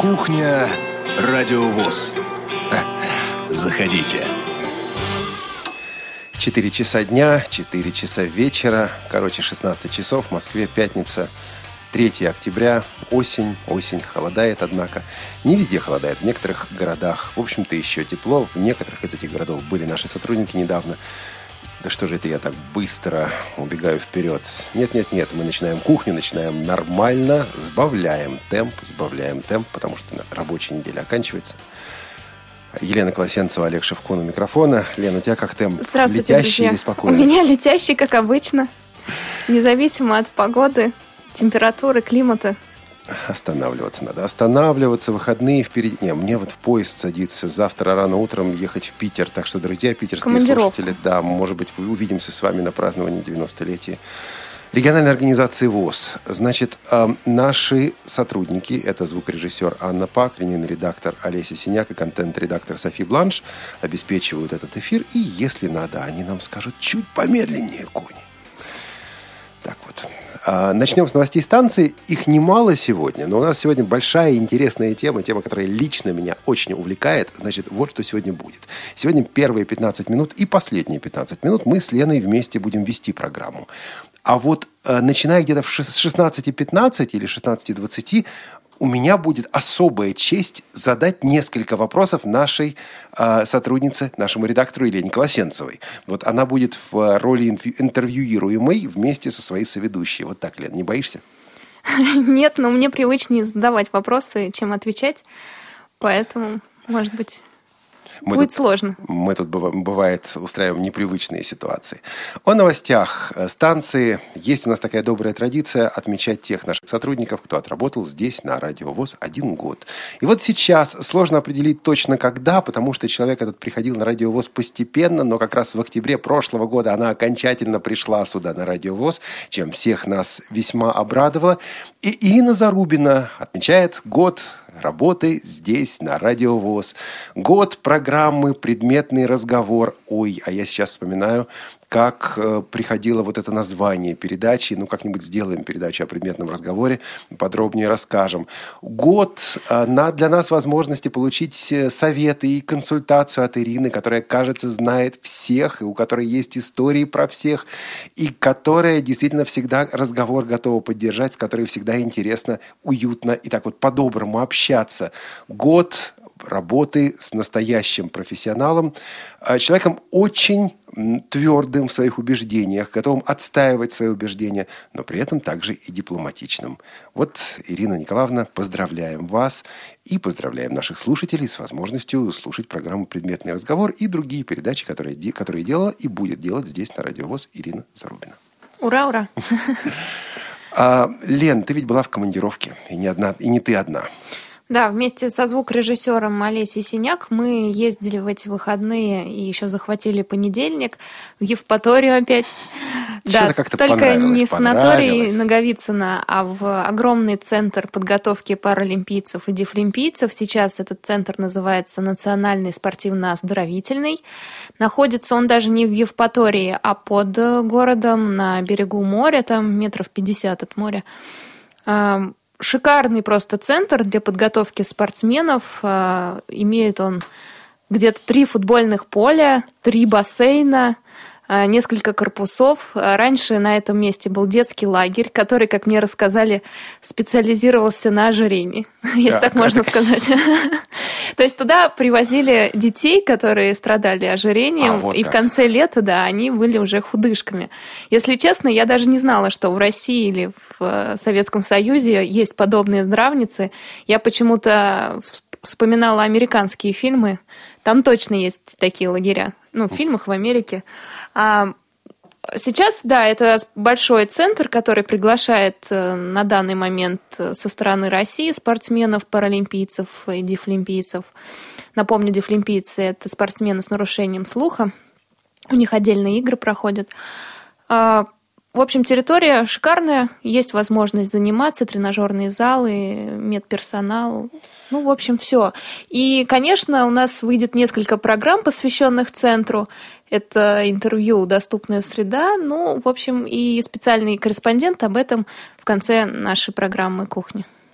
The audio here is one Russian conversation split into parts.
Кухня Радио ВОС. Заходите. 4 часа дня, 4 часа вечера. 16 часов. В Москве пятница, 3 октября. Осень, холодает, однако. Не везде холодает, в некоторых городах. В общем-то, еще тепло. В некоторых из этих городов были наши сотрудники недавно. Да что же это я так быстро убегаю вперед? Нет, мы начинаем кухню, начинаем нормально, сбавляем темп, потому что рабочая неделя оканчивается. Елена Колосенцева, Олег Шевкун у микрофона. Лена, у тебя как темп? Здравствуйте, летящий друзья. или спокойный? У меня летящий, как обычно. Независимо от погоды, температуры, климата. Останавливаться надо. Останавливаться, выходные впереди. Не, мне вот в поезд садиться. Завтра рано утром ехать в Питер. Так что, друзья, питерские слушатели, да, может быть, мы увидимся с вами на праздновании 90-летия региональной организации ВОС. Значит, наши сотрудники, это звукорежиссер Анна Пак, линейный редактор Олеся Синяк и контент-редактор Софи Бланш, обеспечивают этот эфир. И, если надо, они нам скажут чуть помедленнее, кони. Так вот. Начнем с новостей станции. Их немало сегодня, но у нас сегодня большая и интересная тема, которая лично меня очень увлекает. Значит, вот что сегодня будет. Сегодня первые 15 минут и последние 15 минут мы с Леной вместе будем вести программу. А вот начиная где-то с 16:15 или 16:20 у меня будет особая честь задать несколько вопросов нашей сотруднице, нашему редактору Елене Колосенцевой. Вот она будет в роли интервьюируемой вместе со своей соведущей. Вот так, Лен, не боишься? Нет, но мне привычнее задавать вопросы, чем отвечать. Поэтому, может быть, будет сложно. Мы тут, бывает, устраиваем непривычные ситуации. О новостях станции. Есть у нас такая добрая традиция отмечать тех наших сотрудников, кто отработал здесь, на Радио ВОС, 1 год. И вот сейчас сложно определить точно когда, потому что человек этот приходил на Радио ВОС постепенно, но как раз в октябре прошлого года она окончательно пришла сюда, на Радио ВОС, чем всех нас весьма обрадовала. И Ирина Зарубина отмечает год работы здесь, на Радио ВОС. Год программы «Предметный разговор». Ой, а я сейчас вспоминаю, как приходило вот это название передачи. Ну, как-нибудь сделаем передачу о предметном разговоре, подробнее расскажем. Год для нас возможности получить советы и консультацию от Ирины, которая, кажется, знает всех, и у которой есть истории про всех, и которая действительно всегда разговор готова поддержать, с которой всегда интересно, уютно и так вот по-доброму общаться. Год работы с настоящим профессионалом, человеком очень твердым в своих убеждениях, готовым отстаивать свои убеждения, но при этом также и дипломатичным. Вот, Ирина Николаевна, поздравляем вас и поздравляем наших слушателей с возможностью слушать программу «Предметный разговор» и другие передачи, которые делала и будет делать здесь, на Радио ВОС, Ирина Зарубина. Ура, ура! Лен, ты ведь была в командировке, и не ты одна. Да, вместе со звукорежиссером Олесей Синяк мы ездили в эти выходные и еще захватили понедельник в Евпаторию опять. Да, только не в санаторий Наговицына, а в огромный центр подготовки паралимпийцев и дефлимпийцев. Сейчас этот центр называется Национальный спортивно-оздоровительный. Находится он даже не в Евпатории, а под городом на берегу моря, там 50 от моря. Шикарный просто центр для подготовки спортсменов. Имеет он где-то 3 футбольных поля, 3 бассейна, несколько корпусов. Раньше на этом месте был детский лагерь, который, как мне рассказали, специализировался на ожирении, если так можно сказать. То есть туда привозили детей, которые страдали ожирением, и в конце лета, да, они были уже худышками. Если честно, я даже не знала, что в России или в Советском Союзе есть подобные здравницы. Я почему-то вспоминала американские фильмы. Там точно есть такие лагеря. В фильмах в Америке. Сейчас, да, это большой центр, который приглашает на данный момент со стороны России спортсменов, паралимпийцев и дефлимпийцев. Напомню, дефлимпийцы – это спортсмены с нарушением слуха. У них отдельные игры проходят. В общем, территория шикарная, есть возможность заниматься, тренажерные залы, медперсонал, в общем, все. И, конечно, у нас выйдет несколько программ, посвященных центру. Это интервью «Доступная среда», в общем, и специальный корреспондент об этом в конце нашей программы «Кухня».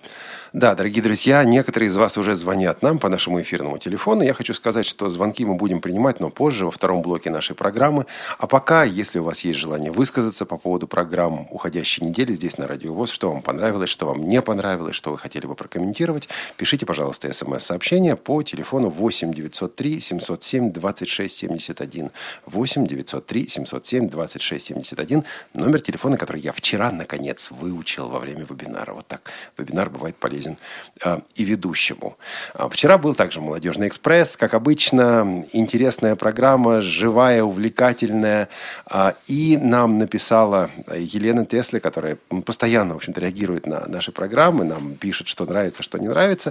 Да, дорогие друзья, некоторые из вас уже звонят нам по нашему эфирному телефону. Я хочу сказать, что звонки мы будем принимать, но позже, во втором блоке нашей программы. А пока, если у вас есть желание высказаться по поводу программ уходящей недели здесь на Радио ВОС, что вам понравилось, что вам не понравилось, что вы хотели бы прокомментировать, пишите, пожалуйста, смс-сообщение по телефону 8 903 707 26 71. 8 903 707 26 71. Номер телефона, который я вчера, наконец, выучил во время вебинара. Вот так. Вебинар бывает полезен и ведущему. Вчера был также «Молодежный экспресс». Как обычно, интересная программа, живая, увлекательная. И нам написала Елена Тесле, которая постоянно, в общем-то, реагирует на наши программы, нам пишет, что нравится, что не нравится.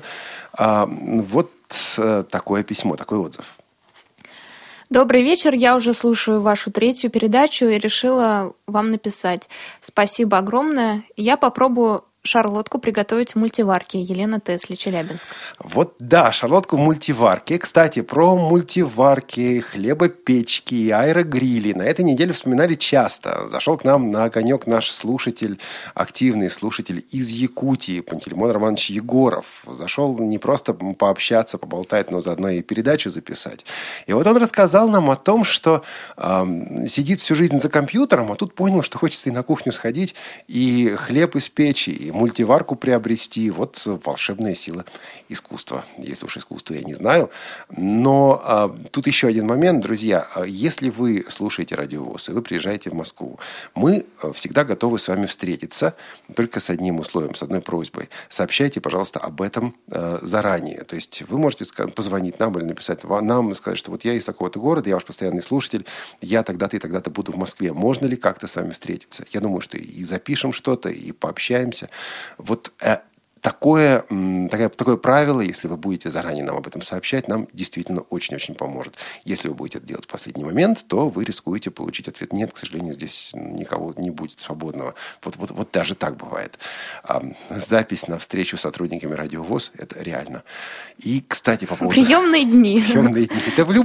Вот такое письмо, такой отзыв. Добрый вечер, я уже слушаю вашу третью передачу и решила вам написать. Спасибо огромное. Я попробую шарлотку приготовить в мультиварке. Елена Тесли, Челябинск. Вот да, шарлотку в мультиварке. Кстати, про мультиварки, хлебопечки и аэрогрили на этой неделе вспоминали часто. Зашел к нам на огонек наш слушатель, активный слушатель из Якутии, Пантелеймон Романович Егоров. Зашел не просто пообщаться, поболтать, но заодно и передачу записать. И вот он рассказал нам о том, что сидит всю жизнь за компьютером, а тут понял, что хочется и на кухню сходить, и хлеб испечь, и мультиварку приобрести. Вот волшебная сила искусства. Если уж искусство, я не знаю. Но тут еще один момент, друзья. Если вы слушаете Радио ВОС, и вы приезжаете в Москву, мы всегда готовы с вами встретиться, только с одним условием, с одной просьбой. Сообщайте, пожалуйста, об этом заранее. То есть вы можете позвонить нам или написать нам и сказать, что вот я из такого-то города, я ваш постоянный слушатель, я тогда-то и тогда-то буду в Москве. Можно ли как-то с вами встретиться? Я думаю, что и запишем что-то, и пообщаемся. Вот такое правило, если вы будете заранее нам об этом сообщать, нам действительно очень-очень поможет. Если вы будете это делать в последний момент, то вы рискуете получить ответ «нет». К сожалению, здесь никого не будет свободного. Вот даже так бывает. Запись на встречу с сотрудниками Радио ВОС – это реально. И, кстати, по поводу... Приемные дни. Да в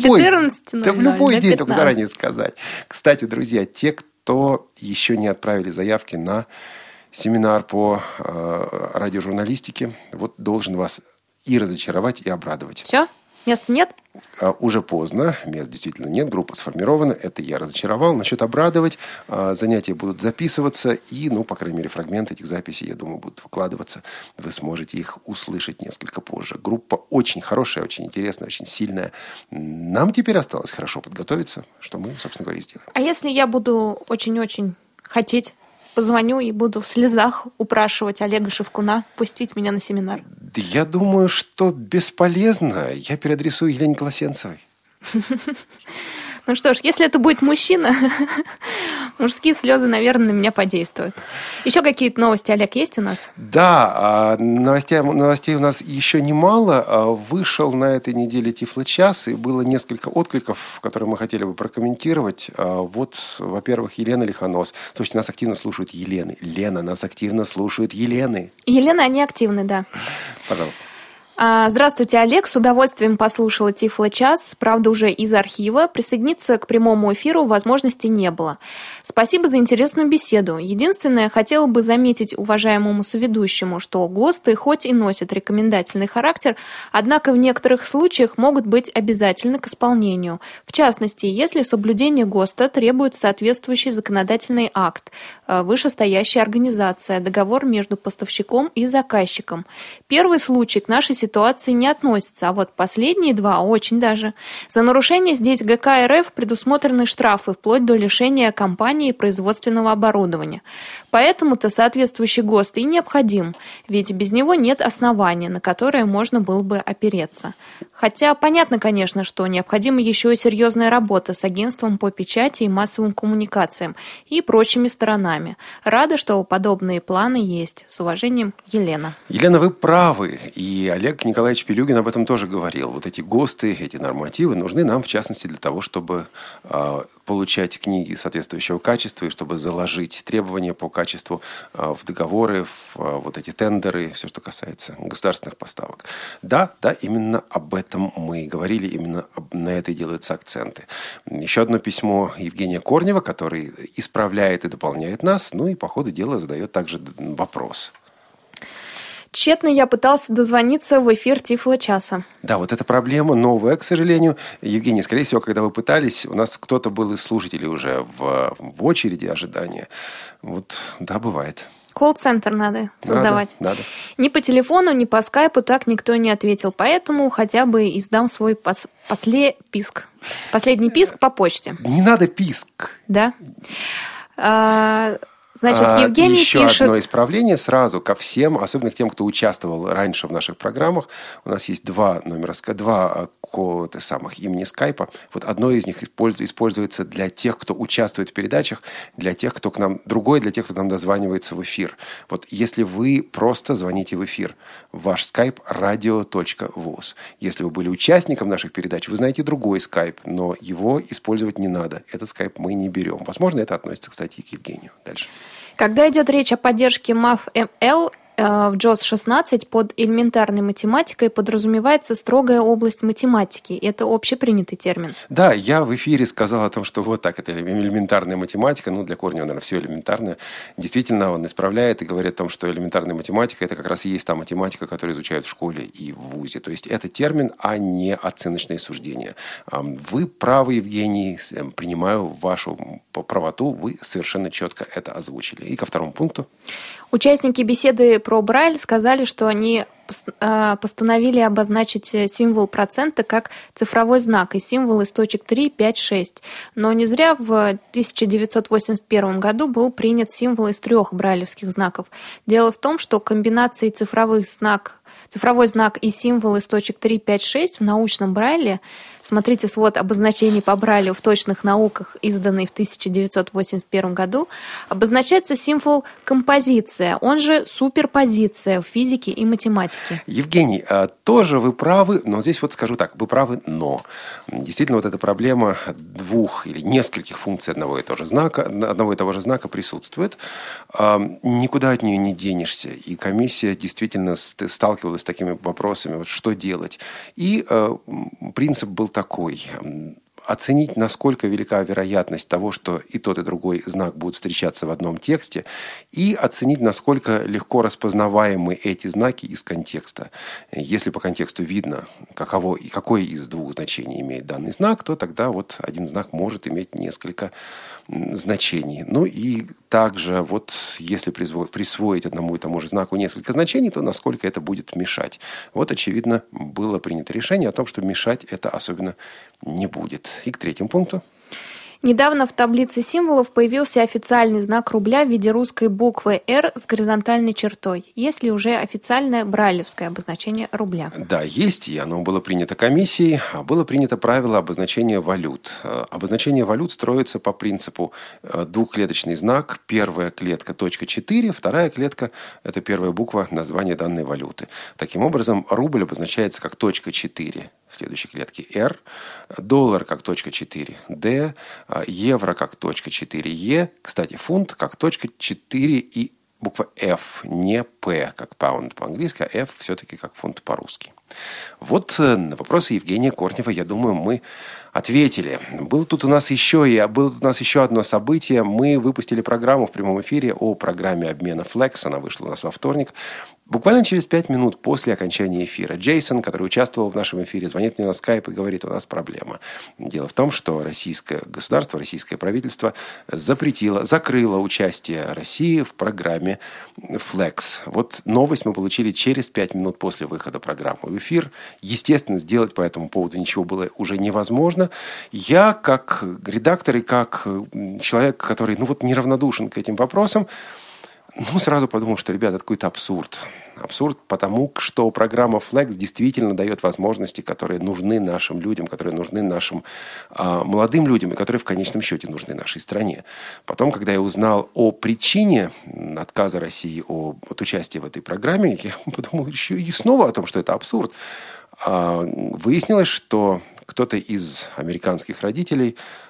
любой день, только заранее сказать. Кстати, друзья, те, кто еще не отправили заявки на семинар по радиожурналистике, вот должен вас и разочаровать, и обрадовать. Все? Мест нет? Уже поздно, мест действительно нет, группа сформирована, это я разочаровал. Насчет обрадовать, занятия будут записываться, и, по крайней мере, фрагменты этих записей, я думаю, будут выкладываться. Вы сможете их услышать несколько позже. Группа очень хорошая, очень интересная, очень сильная. Нам теперь осталось хорошо подготовиться, что мы, собственно говоря, и сделаем. А если я буду очень-очень хотеть, позвоню и буду в слезах упрашивать Олега Шевкуна пустить меня на семинар? Да я думаю, что бесполезно. Я переадресую Елене Колосенцевой. Ну что ж, если это будет мужчина, мужские слезы, наверное, на меня подействуют. Еще какие-то новости, Олег, есть у нас? Да, новостей у нас еще немало. Вышел на этой неделе Тифло-час, и было несколько откликов, которые мы хотели бы прокомментировать. Вот, во-первых, Елена Лихонос. Слушайте, нас активно слушают Елены. Лена, нас активно слушают Елены. Елена, они активны, да. Пожалуйста. Здравствуйте, Олег. С удовольствием послушала Тифло-час, правда, уже из архива. Присоединиться к прямому эфиру возможности не было. Спасибо за интересную беседу. Единственное, хотела бы заметить уважаемому соведущему, что ГОСТы хоть и носят рекомендательный характер, однако в некоторых случаях могут быть обязательны к исполнению. В частности, если соблюдение ГОСТа требует соответствующий законодательный акт, вышестоящая организация, договор между поставщиком и заказчиком. Первый случай к нашей ситуации не относится, а вот последние два очень даже. За нарушение здесь ГК РФ предусмотрены штрафы вплоть до лишения компании производственного оборудования. Поэтому-то соответствующий ГОСТ и необходим, ведь без него нет основания, на которое можно было бы опереться. Хотя понятно, конечно, что необходима еще и серьезная работа с агентством по печати и массовым коммуникациям и прочими сторонами. Рада, что подобные планы есть. С уважением, Елена. Елена, вы правы. И Олег Николаевич Пилюгин об этом тоже говорил. Вот эти ГОСТы, эти нормативы нужны нам, в частности, для того, чтобы получать книги соответствующего качества и чтобы заложить требования по качеству в договоры, в вот эти тендеры, все, что касается государственных поставок. Да, именно об этом мы и говорили, именно на это и делаются акценты. Еще одно письмо Евгения Корнева, который исправляет и дополняет нас, и по ходу дела задает также вопрос. Тщетно я пытался дозвониться в эфир Тифло-часа. Да, вот эта проблема новая, к сожалению. Евгений, скорее всего, когда вы пытались, у нас кто-то был из слушателей уже в очереди ожидания. Вот, да, бывает. Колл-центр надо создавать. Надо. Ни по телефону, ни по скайпу так никто не ответил. Поэтому хотя бы издам свой последний писк по почте. Не надо писк. Да. Значит, Евгений еще пишет... одно исправление сразу ко всем, особенно к тем, кто участвовал раньше в наших программах. У нас есть два имени скайпа. Вот одно из них используется для тех, кто участвует в передачах, другое для тех, кто к нам дозванивается в эфир. Вот если вы просто звоните в эфир, ваш скайп radio.voz. Если вы были участником наших передач, вы знаете другой скайп, но его использовать не надо. Этот скайп мы не берем. Возможно, это относится, кстати, и к Евгению. Дальше. Когда идет речь о поддержке MATH-ML в JOS 16, под элементарной математикой подразумевается строгая область математики. Это общепринятый термин. Да, я в эфире сказал о том, что вот так, это элементарная математика, для Корнева, наверное, все элементарное. Действительно, он исправляет и говорит о том, что элементарная математика – это как раз и есть та математика, которую изучают в школе и в вузе. То есть это термин, а не оценочные суждения. Вы правы, Евгений, принимаю вашу правоту, вы совершенно четко это озвучили. И ко второму пункту. Участники беседы про Брайль сказали, что они постановили обозначить символ процента как цифровой знак и символ из точек 3, 5, 6. Но не зря в 1981 году был принят символ из 3 брайлевских знаков. Дело в том, что комбинации цифровой знак и символ из точек 3, 5, 6 в научном Брайле, смотрите свод обозначений по Брайлю в точных науках, изданный в 1981 году, обозначается символ композиция, он же суперпозиция в физике и математике. Евгений, тоже вы правы, но здесь вот скажу так, вы правы, но. Действительно, вот эта проблема двух или нескольких функций одного и того же знака присутствует. Никуда от нее не денешься. И комиссия действительно сталкивалась с такими вопросами, вот что делать. И принцип был такой. Оценить, насколько велика вероятность того, что и тот, и другой знак будут встречаться в одном тексте, и оценить, насколько легко распознаваемы эти знаки из контекста. Если по контексту видно, какое из двух значений имеет данный знак, то тогда вот один знак может иметь несколько значений. И также вот если присвоить одному и тому же знаку несколько значений, то насколько это будет мешать. Вот, очевидно, было принято решение о том, что мешать это особенно не будет. И к третьему пункту. Недавно в таблице символов появился официальный знак рубля в виде русской буквы «Р» с горизонтальной чертой. Есть ли уже официальное брайлевское обозначение рубля? Да, есть, и оно было принято комиссией. Было принято правило обозначения валют. Обозначение валют строится по принципу двухклеточный знак. Первая клетка .4, вторая клетка – это первая буква названия данной валюты. Таким образом, рубль обозначается как .4. В следующей клетке R, доллар как .4, D, евро как .4, E, кстати, фунт как .4 и буква F, не P, как pound по-английски, а F все-таки как фунт по-русски. Вот на вопросы Евгения Корнева, я думаю, мы ответили. Было тут у нас еще одно событие. Мы выпустили программу в прямом эфире о программе обмена Flex. Она вышла у нас во вторник. Буквально через 5 минут после окончания эфира Джейсон, который участвовал в нашем эфире, звонит мне на скайп и говорит: у нас проблема. Дело в том, что российское государство, российское правительство закрыло участие России в программе Flex. Вот новость мы получили через 5 минут после выхода программы в эфир. Естественно, сделать по этому поводу ничего было уже невозможно. Я, как редактор и как человек, который неравнодушен к этим вопросам, сразу подумал, что, ребята, это какой-то абсурд. Абсурд, потому что программа Flex действительно дает возможности, которые нужны нашим людям, которые нужны нашим молодым людям и которые в конечном счете нужны нашей стране. Потом, когда я узнал о причине отказа России от участия в этой программе, я подумал еще и снова о том, что это абсурд. Выяснилось, что кто-то из американских родителей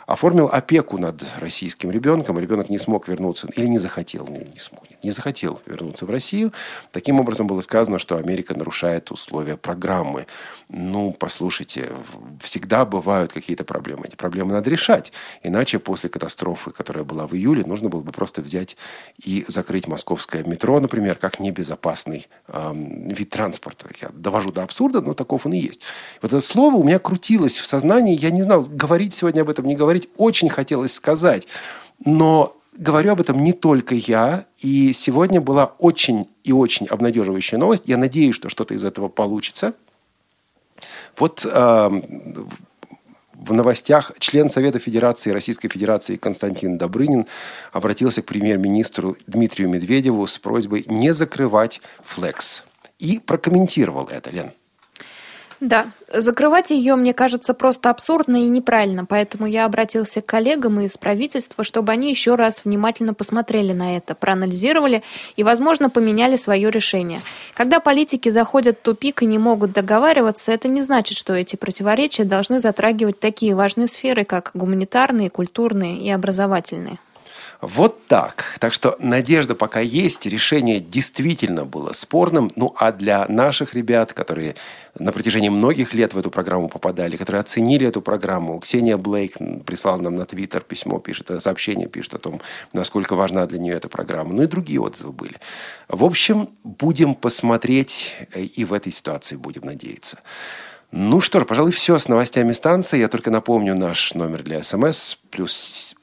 оформил опеку над российским ребенком, ребенок не смог вернуться, или не захотел вернуться в Россию. Таким образом было сказано, что Америка нарушает условия программы. Ну, послушайте, всегда бывают какие-то проблемы. Эти проблемы надо решать. Иначе после катастрофы, которая была в июле, нужно было бы просто взять и закрыть московское метро, например, как небезопасный вид транспорта. Я довожу до абсурда, но таков он и есть. Вот это слово у меня крутилось в сознании. Я не знал, говорить сегодня об этом, не говорить. Очень хотелось сказать. Но говорю об этом не только я. И сегодня была очень и очень обнадеживающая новость. Я надеюсь, что что-то из этого получится. Вот в новостях член Совета Федерации Российской Федерации Константин Добрынин обратился к премьер-министру Дмитрию Медведеву с просьбой не закрывать Flex. И прокомментировал это, Лен. Да, закрывать ее, мне кажется, просто абсурдно и неправильно, поэтому я обратился к коллегам из правительства, чтобы они еще раз внимательно посмотрели на это, проанализировали и, возможно, поменяли свое решение. Когда политики заходят в тупик и не могут договариваться, это не значит, что эти противоречия должны затрагивать такие важные сферы, как гуманитарные, культурные и образовательные. Вот так. Так что надежда пока есть. Решение действительно было спорным. Ну, а для наших ребят, которые на протяжении многих лет в эту программу попадали, которые оценили эту программу, Ксения Блейк прислала нам на Твиттер письмо, сообщение пишет о том, насколько важна для нее эта программа. Ну и другие отзывы были. В общем, будем посмотреть и в этой ситуации будем надеяться. Ну что ж, пожалуй, все с новостями станции. Я только напомню наш номер для СМС. +7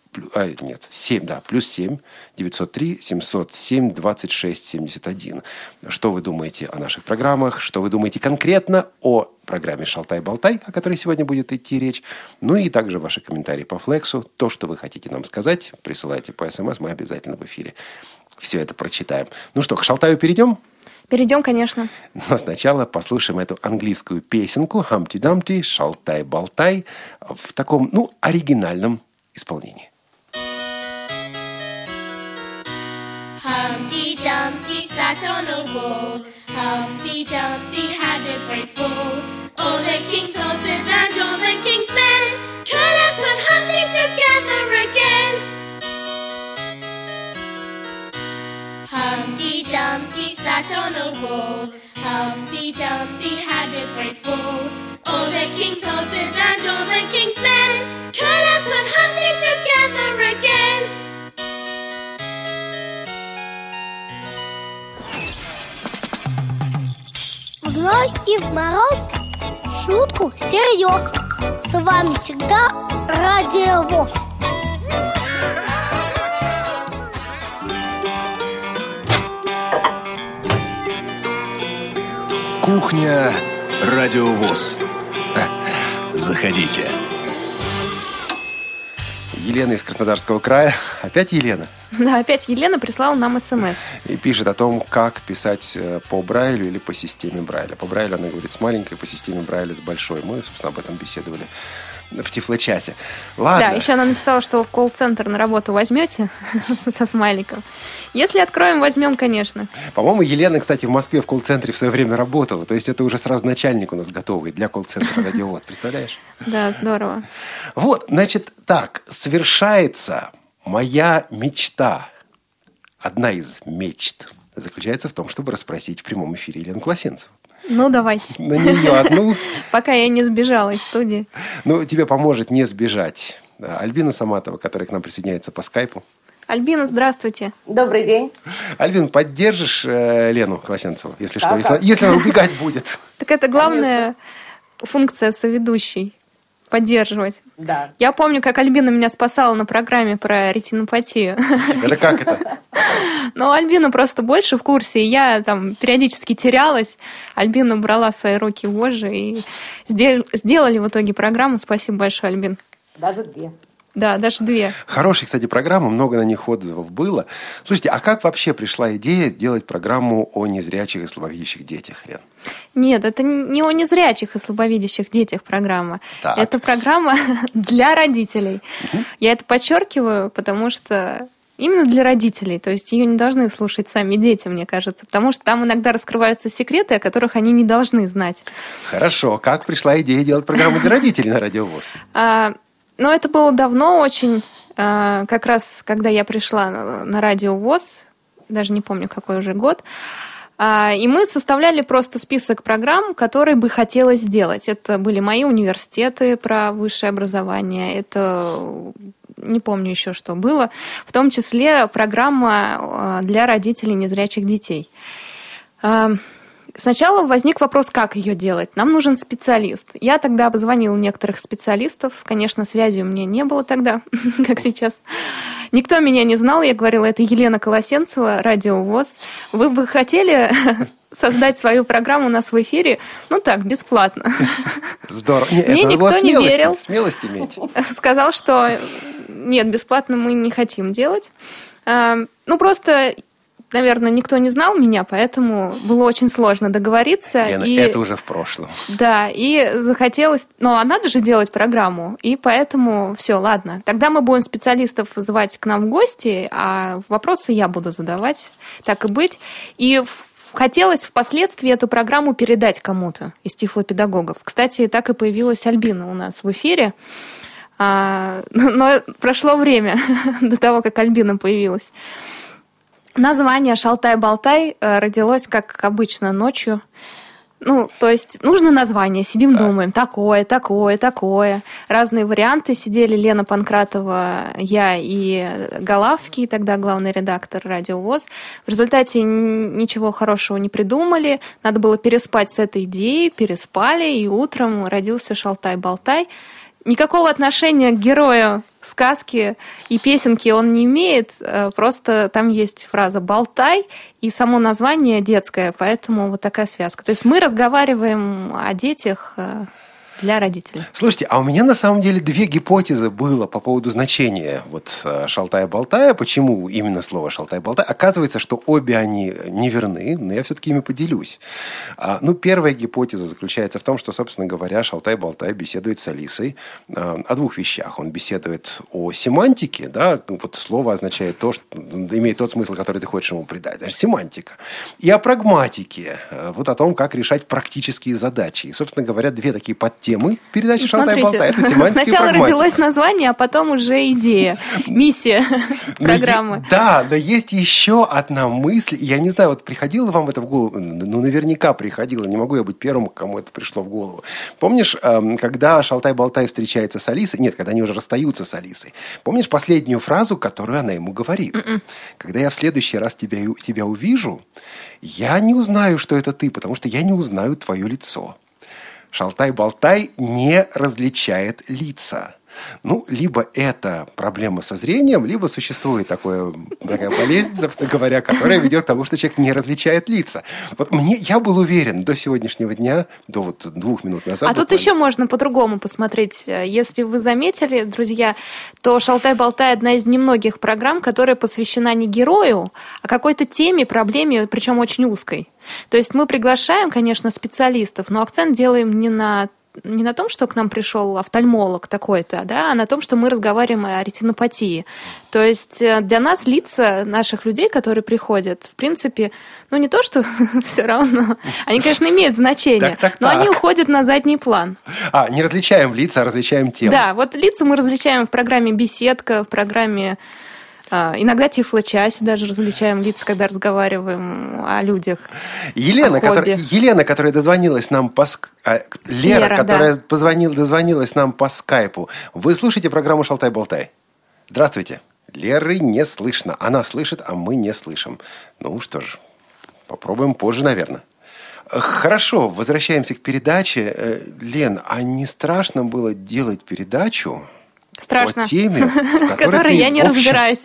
903 707 26 71. Что вы думаете о наших программах? Что вы думаете конкретно о программе «Шалтай-болтай», о которой сегодня будет идти речь? Ну и также ваши комментарии по Флексу. То, что вы хотите нам сказать, присылайте по СМС, мы обязательно в эфире все это прочитаем. Ну что, к Шалтаю перейдем? Перейдем, конечно. Но сначала послушаем эту английскую песенку «Humpty-Dumpty», «Шалтай-болтай» в таком, оригинальном исполнении. Humpty Dumpty sat on a wall. Humpty Dumpty had a great fall. All the king's horses and all the king's men couldn't put Humpty together again. Humpty Dumpty sat on a wall. Humpty Dumpty had a great fall. All the king's horses and all the king's men couldn't put Humpty together again. В ночь и в мороз шутку серьез. С вами всегда Радио ВОС. Кухня Радио ВОС. Заходите. Елена из Краснодарского края. Опять Елена? Да, опять Елена прислала нам СМС. И пишет о том, как писать по Брайлю или по системе Брайля. По Брайлю она говорит с маленькой, по системе Брайля с большой. Мы, собственно, об этом беседовали в Тифлочате. Ладно. Да, еще она написала, что вы в колл-центр на работу возьмете со смайликом. Если откроем, возьмем, конечно. По-моему, Елена, кстати, в Москве в колл-центре в свое время работала. То есть это уже сразу начальник у нас готовый для колл-центра Радио ВОС. Представляешь? Да, здорово. Вот, значит, так, совершается моя мечта. Одна из мечт заключается в том, чтобы расспросить в прямом эфире Елену Колосенцеву. Ну, давайте. На нее одну. Пока я не сбежала из студии. Ну, тебе поможет не сбежать Альбина Саматова, которая к нам присоединяется по скайпу. Альбина, здравствуйте. Добрый день. Альбин, поддержишь Лену Колосенцеву, если что, конечно. если она убегать будет? Так это главная функция соведущей. Поддерживать. Да. Я помню, как Альбина меня спасала на программе про ретинопатию. Это как это? Но Альбина просто больше в курсе, и я там периодически терялась. Альбина брала в свои руки вожжи и сделали в итоге программу. Спасибо большое, Альбин. Даже 2. Да, даже 2. Хорошая, кстати, программа, много на них отзывов было. Слушайте, а как вообще пришла идея сделать программу о незрячих и слабовидящих детях, Лен? Нет, это не о незрячих и слабовидящих детях программа. Так. Это программа для родителей. Я это подчеркиваю, потому что именно для родителей. То есть ее не должны слушать сами дети, мне кажется. Потому что там иногда раскрываются секреты, о которых они не должны знать. Хорошо. Как пришла идея делать программу для родителей на Радио ВОС? Но это было давно очень, как раз когда я пришла на Радио ВОС, даже не помню, какой уже год, и мы составляли просто список программ, которые бы хотелось сделать. Это были мои университеты про высшее образование, это не помню еще, что было, в том числе программа для родителей незрячих детей. Сначала возник вопрос, как ее делать. Нам нужен специалист. Я тогда обзвонила некоторых специалистов. Конечно, связи у меня не было тогда, как сейчас. Никто меня не знал. Я говорила, это Елена Колосенцева, Радио ВОС. Вы бы хотели создать свою программу у нас в эфире? Ну так, бесплатно. Здорово. Мне никто не верил. Смелость иметь. Сказал, что нет, бесплатно мы не хотим делать. Ну, просто... Наверное, никто не знал меня, поэтому было очень сложно договориться. Лена, это уже в прошлом. Да, и захотелось... Ну, а надо же делать программу, и поэтому все, ладно. Тогда мы будем специалистов звать к нам в гости, а вопросы я буду задавать, так и быть. И хотелось впоследствии эту программу передать кому-то из тифлопедагогов. Кстати, так и появилась Альбина у нас в эфире. Но прошло время до того, как Альбина появилась. Название «Шалтай-болтай» родилось, как обычно, ночью. Ну, то есть нужно название. Сидим, думаем, такое. Разные варианты. Сидели Лена Панкратова, я и Галавский, тогда главный редактор Радио ВОС. В результате ничего хорошего не придумали. Надо было переспать с этой идеей. Переспали, и утром родился «Шалтай-болтай». Никакого отношения к герою сказки и песенки он не имеет, просто там есть фраза «болтай» и само название детское, поэтому вот такая связка. То есть мы разговариваем о детях для родителей. Слушайте, а у меня на самом деле две гипотезы было по поводу значения вот «шалтай-болтая». Почему именно слово «шалтай-болтай»? Оказывается, что обе они неверны, но я все-таки ими поделюсь. Ну, первая гипотеза заключается в том, что, собственно говоря, Шалтай-болтай беседует с Алисой о двух вещах. Он беседует о семантике, да, вот слово означает то, что имеет тот смысл, который ты хочешь ему придать, значит, семантика. И о прагматике, вот о том, как решать практические задачи. И, собственно говоря, две такие подтемы передачи «Шалтай-болтай» — это семантика и прагматика. Сначала родилось название, а потом уже идея, миссия программы. Да, но есть еще одна мысль. Я не знаю, вот приходило вам это в голову? Ну, наверняка приходило. Не могу я быть первым, кому это пришло в голову. Помнишь, когда Шалтай-болтай встречается с Алисой? Нет, когда они уже расстаются с Алисой. Помнишь последнюю фразу, которую она ему говорит? Когда я в следующий раз тебя увижу, я не узнаю, что это ты, потому что я не узнаю твое лицо. Шалтай-болтай не различает лица. Ну, либо это проблема со зрением, либо существует такая болезнь, собственно говоря, которая ведет к тому, что человек не различает лица. Вот я был уверен до сегодняшнего дня, до вот 2 минут назад. А тут еще можно по-другому посмотреть. Если вы заметили, друзья, то «Шалтай-болтай» — одна из немногих программ, которая посвящена не герою, а какой-то теме, проблеме, причем очень узкой. То есть мы приглашаем, конечно, специалистов, но акцент делаем не на том, что к нам пришел офтальмолог такой-то, да, а на том, что мы разговариваем о ретинопатии. То есть для нас лица наших людей, которые приходят, в принципе, ну не то, что все равно, они, конечно, имеют значение, но они уходят на задний план. Не различаем лица, а различаем тему. Да, вот лица мы различаем в программе «Беседка», в программе... Иногда тифло-часе даже различаем лица, когда разговариваем о людях. Елена, которая дозвонилась нам по Лера, которая дозвонилась нам по скайпу. Вы слушаете программу «Шалтай-болтай». Здравствуйте. Леры не слышно. Она слышит, а мы не слышим. Ну что ж, попробуем позже, наверное. Хорошо, возвращаемся к передаче. Лен, а не страшно было делать передачу... Страшно. По теме, в которой я не разбираюсь.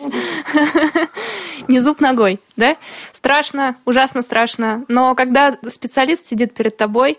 Не зуб ногой, да? Страшно, ужасно страшно. Но когда специалист сидит перед тобой,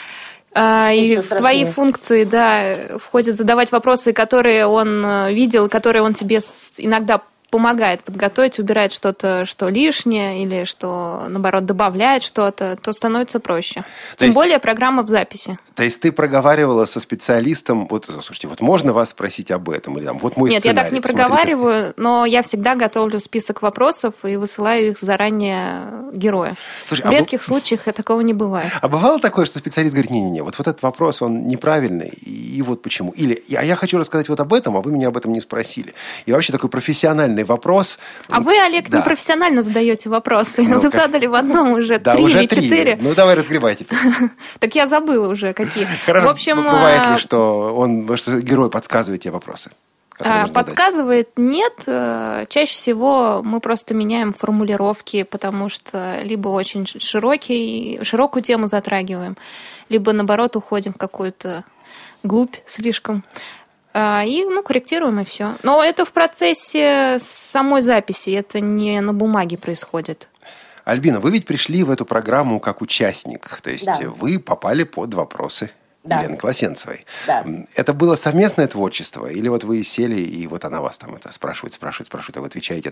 и в твои функции, да, входит задавать вопросы, которые он видел, которые он тебе иногда помогает подготовить, убирает что-то, что лишнее, или что, наоборот, добавляет что-то, то становится проще. Тем более программа в записи. То есть ты проговаривала со специалистом, вот, слушайте, вот можно вас спросить об этом? Или там, вот мой Нет, сценарий, я так не проговариваю, но я всегда готовлю список вопросов и высылаю их заранее герою. Слушай, в редких случаях такого не бывает. А бывало такое, что специалист говорит, не-не-не, вот этот вопрос, он неправильный, и вот почему. Или, а я хочу рассказать вот об этом, а вы меня об этом не спросили. И вообще такой профессиональный вопрос. А вы, Олег, да. непрофессионально задаете вопросы. Ну, вы как... задали в одном уже да, 3 уже или 4. Ну, давай разгребай теперь. Так я забыла уже, какие. Хорошо, в общем, бывает ли, что герой подсказывает тебе вопросы? Подсказывает нет. Чаще всего мы просто меняем формулировки, потому что либо очень широкую тему затрагиваем, либо, наоборот, уходим в какую-то глубь слишком. И корректируем, и все. Но это в процессе самой записи, это не на бумаге происходит. Альбина, вы ведь пришли в эту программу как участник, то есть вы попали под вопросы Елены Колосенцевой. Да. Это было совместное творчество? Или вот вы сели, и вот она вас там это спрашивает, а вы отвечаете?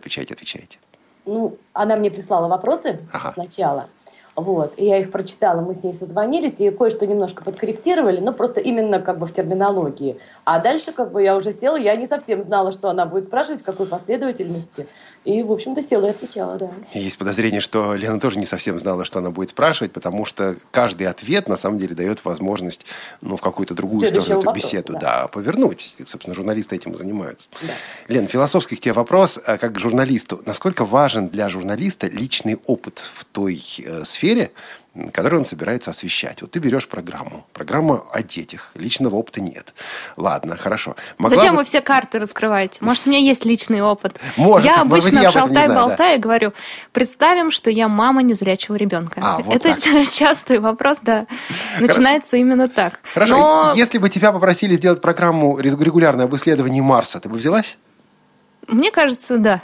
Ну, она мне прислала вопросы сначала. Вот, и я их прочитала, мы с ней созвонились и кое-что немножко подкорректировали, но просто именно как бы в терминологии. А дальше как бы я уже села, я не совсем знала, что она будет спрашивать, в какой последовательности. И, в общем-то, села и отвечала, да. Есть подозрение, что Лена тоже не совсем знала, что она будет спрашивать, потому что каждый ответ, на самом деле, дает возможность, в какую-то другую сторону эту беседу повернуть. И, собственно, журналисты этим и занимаются. Да. Лен, философский к тебе вопрос, как к журналисту. Насколько важен для журналиста личный опыт в той сфере, которую он собирается освещать? Вот ты берешь программа о детях, личного опыта нет. Ладно, хорошо. Зачем вы все карты раскрываете? Может, у меня есть личный опыт? Я обычно в шалтай-болтай говорю, представим, что я мама незрячего ребенка. Вот это так. Частый вопрос, да. Начинается именно так. Хорошо, Но... если бы тебя попросили сделать программу регулярное об исследовании Марса, ты бы взялась? Мне кажется, да.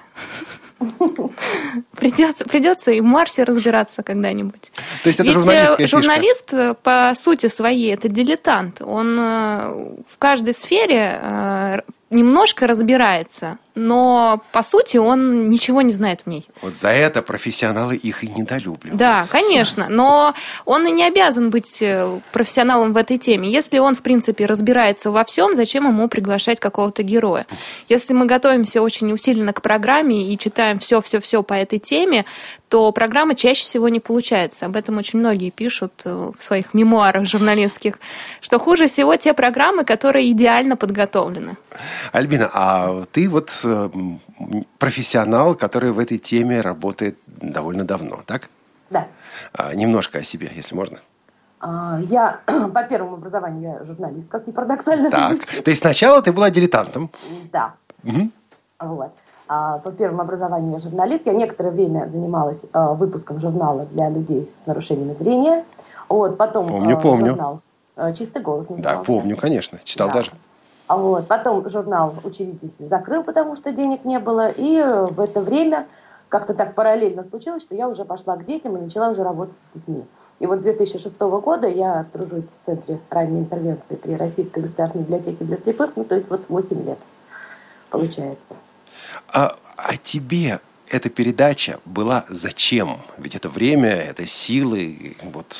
Придется и в Марсе разбираться когда-нибудь. То есть это ведь журналистская журналист, по сути своей, это дилетант. Он в каждой сфере немножко разбирается, но, по сути, он ничего не знает в ней. Вот за это профессионалы их и недолюбливают. Да, конечно, но он и не обязан быть профессионалом в этой теме. Если он, в принципе, разбирается во всем, зачем ему приглашать какого-то героя? Если мы готовимся очень усиленно к программе и читаем все по этой теме, то программа чаще всего не получается. Об этом очень многие пишут в своих мемуарах журналистских, что хуже всего те программы, которые идеально подготовлены. Альбина, а ты вот профессионал, который в этой теме работает довольно давно, так? Да. Немножко о себе, если можно. Я по первому образованию я журналист, как ни парадоксально это звучит. То есть сначала ты была дилетантом? Да. Угу. Вот. По первому образованию я журналист. Я некоторое время занималась выпуском журнала для людей с нарушениями зрения. Вот. Потом помню. Журнал «Чистый голос» назывался. Да, помню, конечно. Читал даже. Вот. Потом журнал учредитель закрыл, потому что денег не было. И в это время как-то так параллельно случилось, что я уже пошла к детям и начала уже работать с детьми. И вот с 2006 года я тружусь в Центре ранней интервенции при Российской государственной библиотеке для слепых. То есть вот 8 лет получается. А тебе эта передача была зачем? Ведь это время, это силы, вот...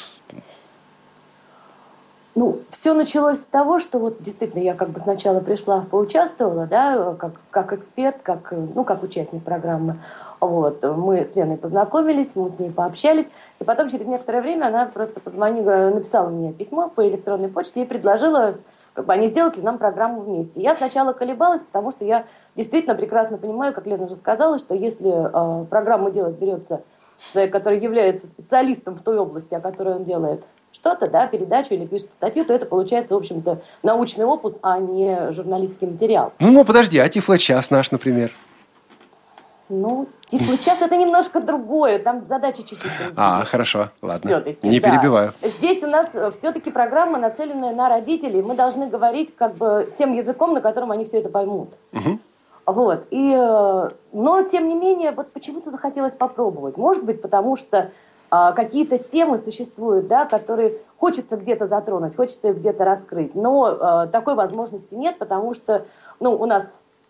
Все началось с того, что вот действительно я как бы сначала пришла, поучаствовала, да, как эксперт, как участник программы. Вот. Мы с Леной познакомились, мы с ней пообщались, и потом через некоторое время она просто позвонила, написала мне письмо по электронной почте и предложила, а не сделать ли нам программу вместе. Я сначала колебалась, потому что я действительно прекрасно понимаю, как Лена уже сказала, что если программу делать берется человек, который является специалистом в той области, о которой он делает что-то, да, передачу или пишет статью, то это получается, в общем-то, научный опус, а не журналистский материал. Подожди, а Тифлочас наш, например? Тифлочас это немножко другое, там задачи чуть-чуть другие. Хорошо, ладно, все-таки, не перебиваю. Здесь у нас все-таки программа, нацеленная на родителей, мы должны говорить как бы тем языком, на котором они все это поймут. Угу. Вот. Но, тем не менее, вот почему-то захотелось попробовать. Может быть, потому что какие-то темы существуют, да, которые хочется где-то затронуть, хочется их где-то раскрыть. Но такой возможности нет, потому что у нас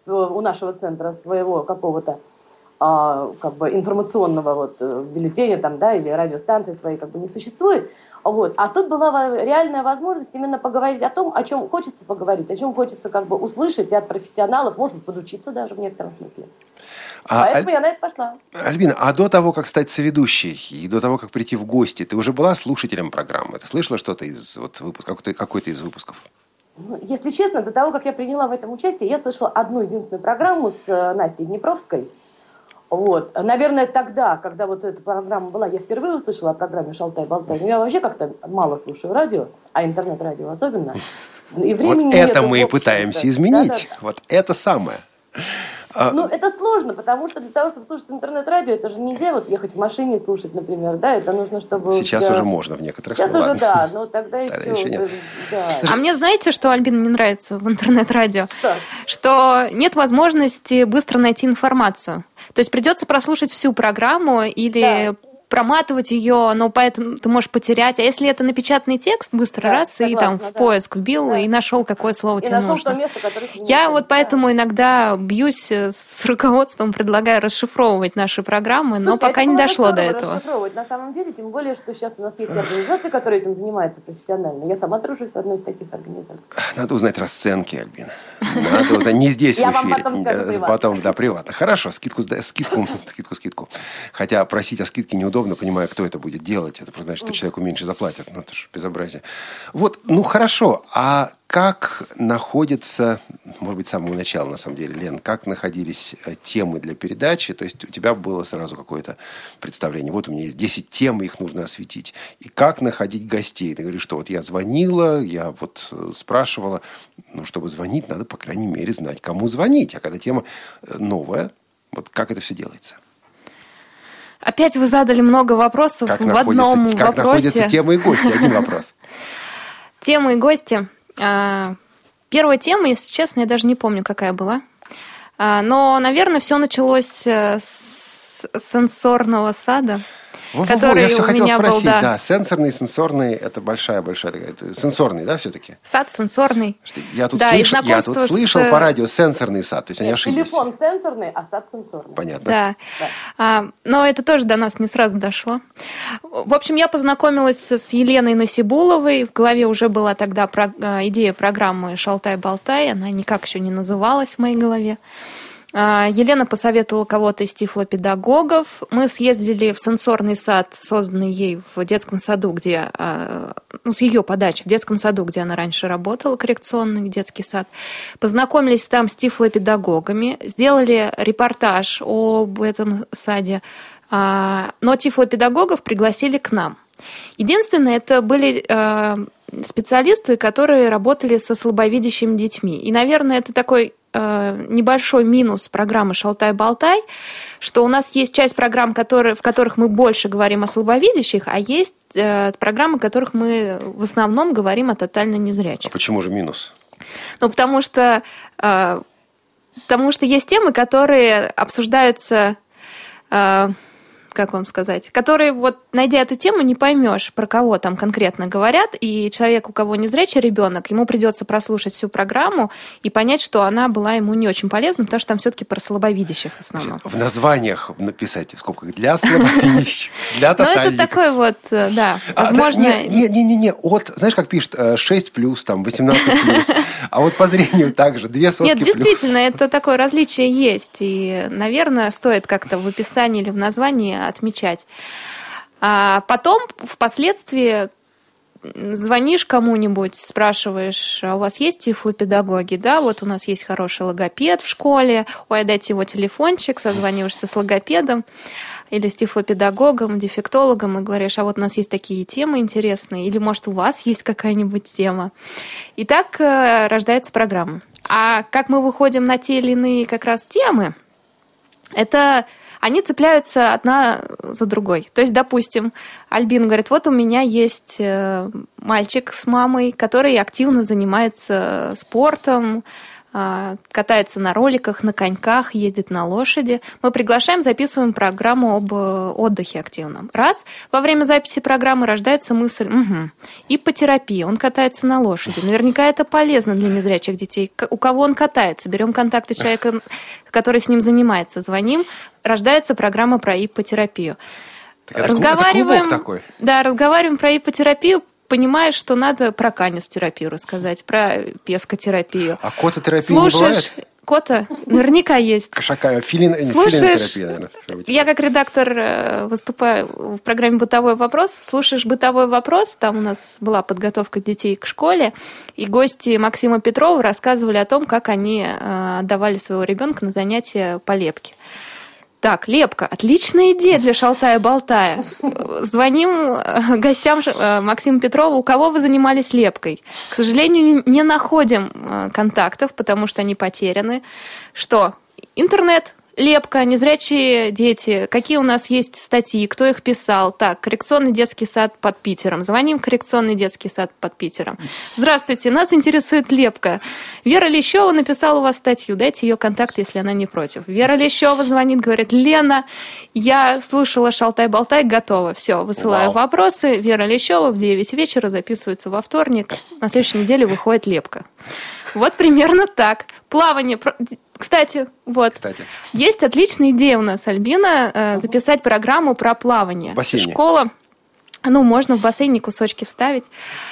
у нашего центра своего какого-то как бы информационного бюллетеня там, да, или радиостанции своей как бы не существует. Вот. А тут была реальная возможность именно поговорить о том, о чем хочется поговорить, о чем хочется как бы услышать и от профессионалов, может быть, подучиться даже в некотором смысле. Поэтому я на это пошла. Альбина, а до того, как стать соведущей, и до того, как прийти в гости, ты уже была слушателем программы? Ты слышала что-то из выпуска, какой-то из выпусков? Если честно, до того, как я приняла в этом участие, я слышала одну единственную программу с Настей Днепровской. Вот. Наверное, тогда, когда вот эта программа была, я впервые услышала о программе «Шалтай-болтай». Я вообще как-то мало слушаю радио, а интернет-радио особенно. И времени вот это нету, мы и пытаемся изменить. Да. Вот это самое. Это сложно, потому что для того, чтобы слушать интернет-радио, это же нельзя ехать в машине и слушать, например, да, это нужно, чтобы... Сейчас уже можно в некоторых случаях. Сейчас уже, да, но тогда еще... Да. А мне знаете, что, Альбина, не нравится в интернет-радио? Что? Что нет возможности быстро найти информацию. То есть придется прослушать всю программу или... проматывать ее, но поэтому ты можешь потерять. А если это напечатанный текст, быстро согласна, и там в поиск вбил, и нашел, какое слово тебе нужно. То место, которое ты не Я поэтому иногда бьюсь с руководством, предлагаю расшифровывать наши программы, но пока не дошло до этого. Расшифровывать, на самом деле, тем более, что сейчас у нас есть организации, которые этим занимаются профессионально. Я сама тружусь в одной из таких организаций. Надо узнать расценки, Альбина. Надо узнать. Не здесь в эфире. Я вам потом скажу приватно. Потом, да, приватно. Хорошо, скидку. Хотя просить о скидке неудобно, понимая, кто это будет делать. Это просто значит, что человеку меньше заплатят. Это же безобразие. Вот, хорошо. А как находится, может быть, с самого начала, на самом деле, Лен, как находились темы для передачи? То есть у тебя было сразу какое-то представление. Вот у меня есть 10 тем, их нужно осветить. И как находить гостей? Ты говоришь, что вот я звонила, я спрашивала. Чтобы звонить, надо, по крайней мере, знать, кому звонить. А когда тема новая, как это все делается? Опять вы задали много вопросов в одном вопросе. Как находятся темы и гости? Один вопрос. Темы и гости. Первая тема, если честно, я даже не помню, какая была. Но, наверное, все началось с сенсорного сада. Я все хотел спросить, да. Сенсорный, сенсорный, это большая такая. Сенсорный, да, все-таки? Сад сенсорный. Я тут слышал по радио сенсорный сад, то есть они ошиблись. Телефон сенсорный, а сад сенсорный. Понятно. Да. Но это тоже до нас не сразу дошло. В общем, я познакомилась с Еленой Насибуловой. В голове уже была тогда идея программы «Шалтай-болтай». Она никак еще не называлась в моей голове. Елена посоветовала кого-то из тифлопедагогов. Мы съездили в сенсорный сад, созданный ей в детском саду, где, с ее подачи, в детском саду, где она раньше работала, коррекционный детский сад. Познакомились там с тифлопедагогами, сделали репортаж об этом саде, но тифлопедагогов пригласили к нам. Единственное, это были специалисты, которые работали со слабовидящими детьми. И, наверное, это такой небольшой минус программы «Шалтай-болтай», что у нас есть часть программ, в которых мы больше говорим о слабовидящих, а есть программы, в которых мы в основном говорим о тотально незрячих. А почему же минус? Потому что есть темы, которые обсуждаются... как вам сказать, которые, найдя эту тему, не поймешь, про кого там конкретно говорят, и человек, у кого незрячий ребенок, ему придется прослушать всю программу и понять, что она была ему не очень полезна, потому что там все-таки про слабовидящих в основном. В названиях написать, сколько для слабовидящих, для тотальников. Это такой да, возможно... Не, знаешь, как пишут, 6+, там, 18+, а по зрению также, 2 сотки. Нет, действительно, это такое различие есть, и, наверное, стоит как-то в описании или в названии отмечать. А потом, впоследствии, звонишь кому-нибудь, спрашиваешь, а у вас есть тифлопедагоги? Да, у нас есть хороший логопед в школе, дайте его телефончик, созваниваешься с логопедом или с тифлопедагогом, дефектологом, и говоришь, а у нас есть такие темы интересные, или, может, у вас есть какая-нибудь тема. И так рождается программа. А как мы выходим на те или иные как раз темы, это... Они цепляются одна за другой. То есть, допустим, Альбина говорит, у меня есть мальчик с мамой, который активно занимается спортом, катается на роликах, на коньках, ездит на лошади. Мы приглашаем, записываем программу об отдыхе активном. Раз, во время записи программы рождается мысль, иппотерапия, он катается на лошади. Наверняка это полезно для незрячих детей. У кого он катается? Берем контакты человека, который с ним занимается, звоним, рождается программа про иппотерапию. Разговариваем, это такой. Да, разговариваем про иппотерапию, понимаешь, что надо про канистерапию рассказать, про пескотерапию. А кототерапия не бывает? Кота наверняка есть. Кошака, филинотерапия, наверное. Я как редактор выступаю в программе «Бытовой вопрос». Слушаешь «Бытовой вопрос», там у нас была подготовка детей к школе, и гости Максима Петрова рассказывали о том, как они отдавали своего ребенка на занятия по лепке. Так, лепка. Отличная идея для шалтая-болтая. Звоним гостям Максима Петрова. У кого вы занимались лепкой? К сожалению, не находим контактов, потому что они потеряны. Что? Интернет. Лепка, незрячие дети. Какие у нас есть статьи? Кто их писал? Так, коррекционный детский сад под Питером. Звоним в коррекционный детский сад под Питером. Здравствуйте, нас интересует лепка. Вера Лещева написала у вас статью. Дайте ее контакт, если она не против. Вера Лещева звонит, говорит: Лена, я слушала «Шалтай-болтай», готова. Все, высылаю вопросы. Вера Лещева в 9 вечера записывается во вторник. На следующей неделе выходит лепка. Вот примерно так. Плавание. Кстати, есть отличная идея у нас, Альбина, записать программу про плавание. В бассейне. Школа. Можно в бассейне кусочки вставить.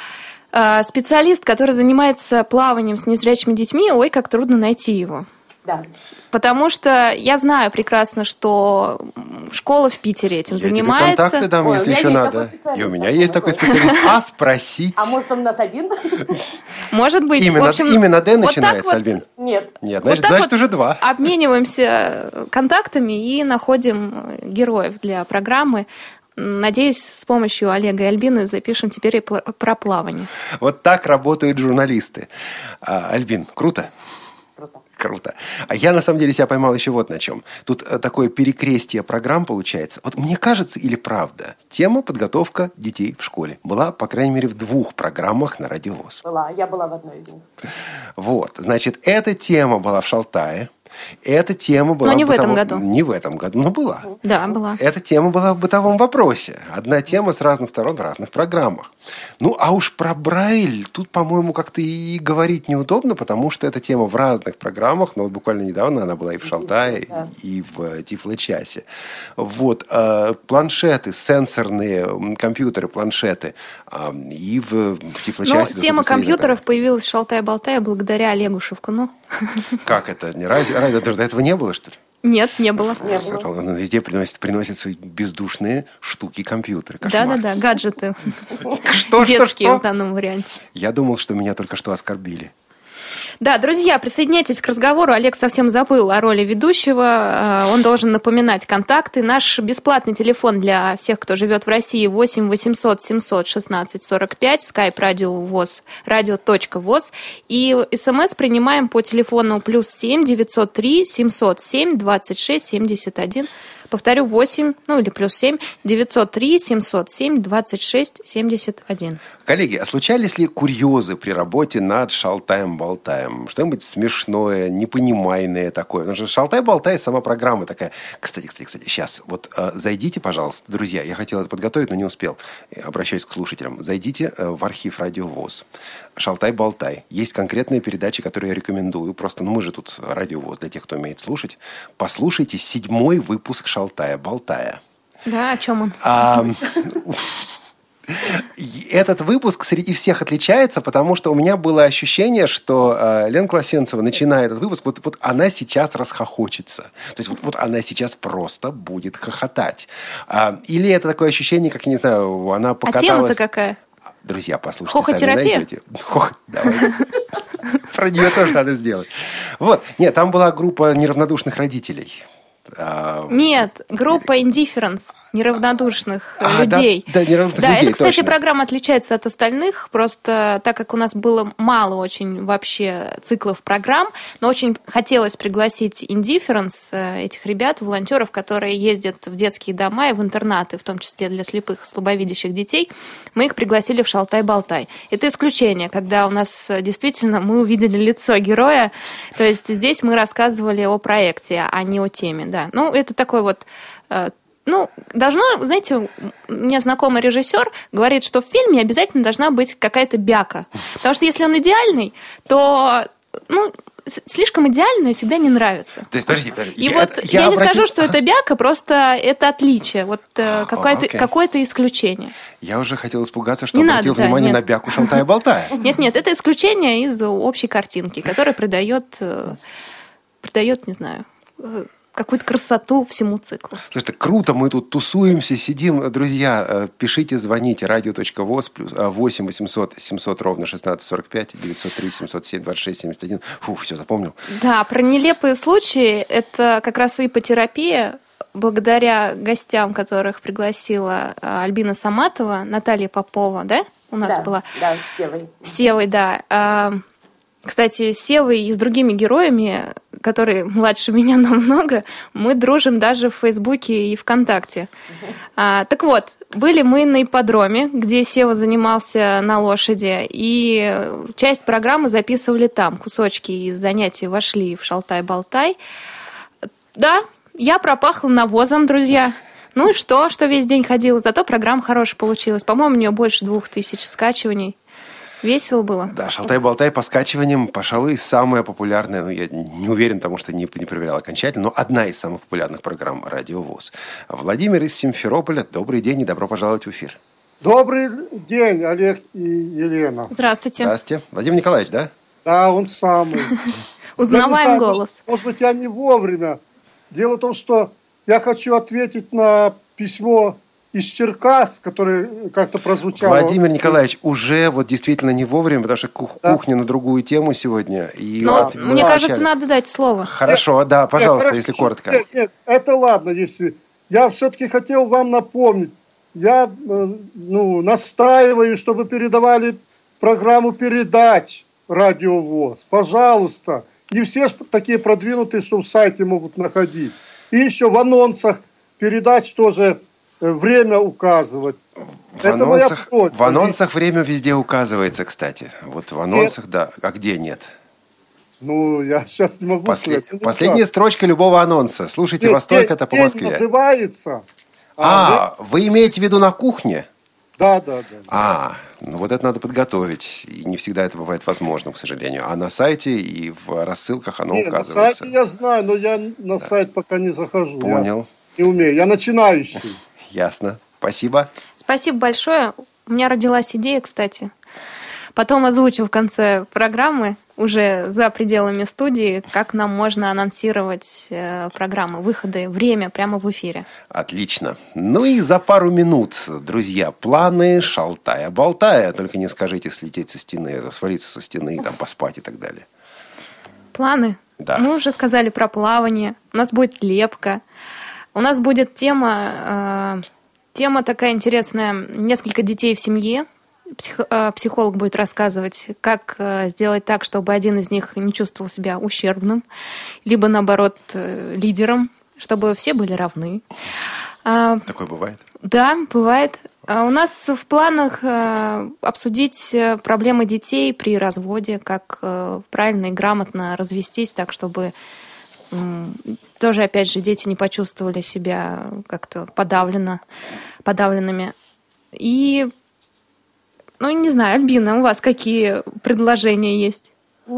Специалист, который занимается плаванием с незрячими детьми, как трудно найти его. Да. Потому что я знаю прекрасно, что школа в Питере этим занимается. Я тебе контакты дам, если еще надо. И у меня есть такой специалист. А спросить? А может, он у нас один? Может быть. Имя на «Д» начинается, Альбин? Нет. Значит, уже два. Обмениваемся контактами и находим героев для программы. Надеюсь, с помощью Олега и Альбины запишем теперь и про плавание. Вот так работают журналисты. Альбин, круто? Круто. А я, на самом деле, себя поймал еще вот на чем. Тут такое перекрестие программ получается. Вот мне кажется, или правда, тема «Подготовка детей в школе» была, по крайней мере, в 2 программах на Радио ВОС. Я была в одной из них. Значит, эта тема была в «Шалтае». Эта тема была... Но не в этом году. Не в этом году, но была. Да, была. Эта тема была в «Бытовом вопросе». Одна тема с разных сторон в разных программах. А уж про Брайль тут, по-моему, как-то и говорить неудобно, потому что эта тема в разных программах, но буквально недавно она была и в «Шалтае», и в «Тифло-часе». Планшеты, сенсорные компьютеры, планшеты, и в «Тифло-часе». Тема компьютеров появилась в «Шалтай-болтай» благодаря Олегу Шевкуну. Как это? До этого не было, что ли? Нет, не было. Он везде приносит свои бездушные штуки, компьютеры. Кошмар. Да, гаджеты. Что? Детские в данном варианте. Я думал, что меня только что оскорбили. Да, друзья, присоединяйтесь к разговору. Олег совсем забыл о роли ведущего. Он должен напоминать контакты. Наш бесплатный телефон для всех, кто живет в России, 8 800 700 16 45, skype radio.voz, radio.voz. И смс принимаем по телефону +7 903 707 26 71. Повторю, 8, или +7 903 707 26 71. Коллеги, а случались ли курьезы при работе над «Шалтаем-болтаем»? Что-нибудь смешное, непонимайное такое? Потому что «Шалтай-болтай» сама программа такая. Кстати, сейчас. Зайдите, пожалуйста, друзья. Я хотел это подготовить, но не успел. Обращаюсь к слушателям. Зайдите в архив Радио ВОС. «Шалтай-болтай». Есть конкретные передачи, которые я рекомендую. Просто, мы же тут Радио ВОС для тех, кто умеет слушать. Послушайте 7-й выпуск «Шалтая-болтая». Да, о чем он? Этот выпуск среди всех отличается, потому что у меня было ощущение, что Лена Класенцева, начиная этот выпуск, вот она сейчас расхохочется. То есть вот она сейчас просто будет хохотать. Или это такое ощущение, как, я не знаю, она покаталась... А тема-то какая? Друзья, послушайте, сами найдете. Давай. Про нее тоже надо сделать. Нет, там была группа неравнодушных родителей. Нет, группа Indifference, неравнодушных людей. Да, неравнодушных да, людей, это, кстати, точно. программа отличается от остальных, просто так как у нас было мало очень вообще циклов программ, но очень хотелось пригласить Indifference, этих ребят, волонтеров, которые ездят в детские дома и в интернаты, в том числе для слепых, слабовидящих детей. Мы их пригласили в «Шалтай-болтай». Это исключение, когда у нас действительно мы увидели лицо героя, то есть здесь мы рассказывали о проекте, а не о теме, да. Ну, это такой вот... должно, знаете, у меня знакомый режиссер говорит, что в фильме обязательно должна быть какая-то бяка. Потому что если он идеальный, то, слишком идеальное всегда не нравится. То есть, подожди. И я не скажу, что это бяка, просто это отличие, какое-то исключение. Я уже хотел испугаться, что Не обратил надо, внимание нет. на бяку Шалтай-болтая. Нет, это исключение из общей картинки, которая придает, не знаю, какую-то красоту всему циклу. Слушайте, круто, мы тут тусуемся, сидим. Друзья, пишите, звоните, radio.voz, 8 800 700 ровно 1645, 903 707 26 71. Фух, все, запомнил. Да, про нелепые случаи, это как раз ипотерапия, благодаря гостям, которых пригласила Альбина Саматова, Наталья Попова, да, у нас была? Да, с Севой. С Севой, да. Кстати, с Севой и с другими героями, которые младше меня намного, мы дружим даже в Фейсбуке и ВКонтакте. Так вот, были мы на ипподроме, где Сева занимался на лошади, и часть программы записывали там. Кусочки из занятий вошли в «Шалтай-болтай». Да, я пропахла навозом, друзья. Ну и что весь день ходила? Зато программа хорошая получилась. По-моему, у нее больше 2000 скачиваний. Весело было. Да, «Шалтай-болтай» по скачиваниям, пожалуй, самая популярная, я не уверен, потому что не проверял окончательно, но одна из самых популярных программ «Радио ВОС». Владимир из Симферополя, добрый день и добро пожаловать в эфир. Добрый день, Олег и Елена. Здравствуйте. Здравствуйте. Владимир Николаевич, да? Да, он самый. Узнаваем голос. Может быть, я не вовремя. Дело в том, что я хочу ответить на письмо из Черкас, которое как-то прозвучало. Владимир Николаевич, уже действительно не вовремя, потому что кухня на другую тему сегодня. И мне кажется, надо дать слово. Хорошо, да, пожалуйста, если коротко. Нет, это ладно, если... Я все-таки хотел вам напомнить. Я настаиваю, чтобы передавали программу передач «Радио ВОС». Пожалуйста. Не все такие продвинутые, что в сайте могут находить. И еще в анонсах передач тоже время указывать. В анонсах время везде указывается, кстати. Вот в анонсах, да. А где нет? Я сейчас не могу сказать. Последняя строчка любого анонса. Слушайте «Восток» — это по Москве. День называется. Вы имеете в виду на кухне? Да. Вот это надо подготовить. И не всегда это бывает возможным, к сожалению. А на сайте и в рассылках оно указывается. На сайте я знаю, но я на сайт пока не захожу. Понял. Я не умею. Я начинающий. Ясно. Спасибо. Спасибо большое. У меня родилась идея, кстати. Потом озвучу в конце программы, уже за пределами студии, как нам можно анонсировать программы, выходы, время прямо в эфире. Отлично. И за пару минут, друзья, планы «Шалтай-болтай». Только не скажите слететь со стены, свалиться со стены, поспать и так далее. Планы? Да. Мы уже сказали про плавание. У нас будет лепка. У нас будет тема такая интересная. Несколько детей в семье. Психолог будет рассказывать, как сделать так, чтобы один из них не чувствовал себя ущербным, либо, наоборот, лидером, чтобы все были равны. Такое бывает? Да, бывает. У нас в планах обсудить проблемы детей при разводе, как правильно и грамотно развестись, так, чтобы тоже, опять же, дети не почувствовали себя как-то подавленными. И... не знаю, Альбина, у вас какие предложения есть?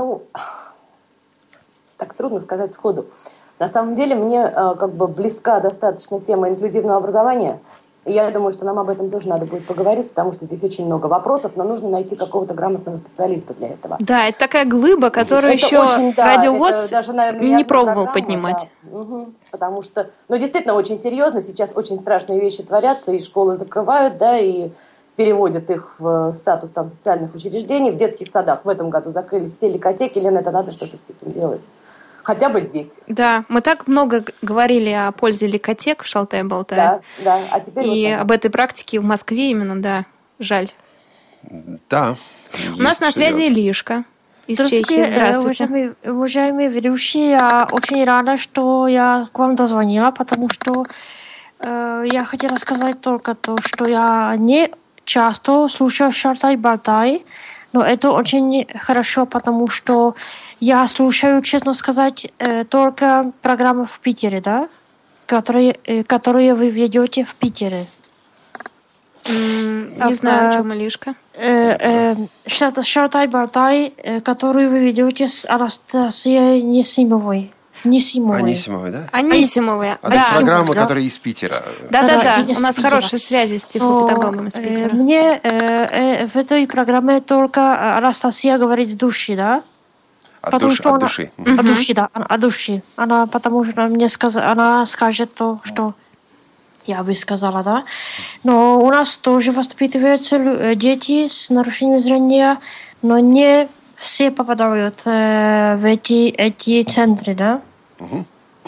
Так трудно сказать сходу. На самом деле мне близка достаточно тема инклюзивного образования. И я думаю, что нам об этом тоже надо будет поговорить, потому что здесь очень много вопросов, но нужно найти какого-то грамотного специалиста для этого. Да, это такая глыба, которую это еще Радио ВОС не пробовал поднимать. Да. Потому что, действительно, очень серьезно. Сейчас очень страшные вещи творятся, и школы закрывают, и переводят их в статус социальных учреждений. В детских садах в этом году закрылись все ликотеки. Лена, это надо что-то с этим делать. хотя бы здесь. Да, мы так много говорили о пользе ликотек в Шалтай-Болтай. Да, да. А теперь И вот об этой практике в Москве именно, да, жаль. Да. У нас на связи Илишка из Чехии. Здравствуйте. Уважаемые ведущие, я очень рада, что я к вам дозвонила, потому что я хотела сказать только то, что я не часто слушаю Шалтай-Болтай, но это очень хорошо, потому что я слушаю, честно сказать, только программы в Питере, да, которые вы ведете в Питере. Не знаю, о чем Илишка. Шалтай-Болтай, которую вы ведете с Анастасией Несимовой. Анисимовой, да? Анисимовой. Да. Программа, которая из Питера. Да. У нас хорошие связи с тифлопедагогами из Питера. Мне в этой программе только Анастасия говорит с души, да? От души. От души, да. От души. Она, потому что она скажет то, что я бы сказала, да. Но у нас тоже воспитываются дети с нарушением зрения, но не все попадают в эти центры, да. Угу.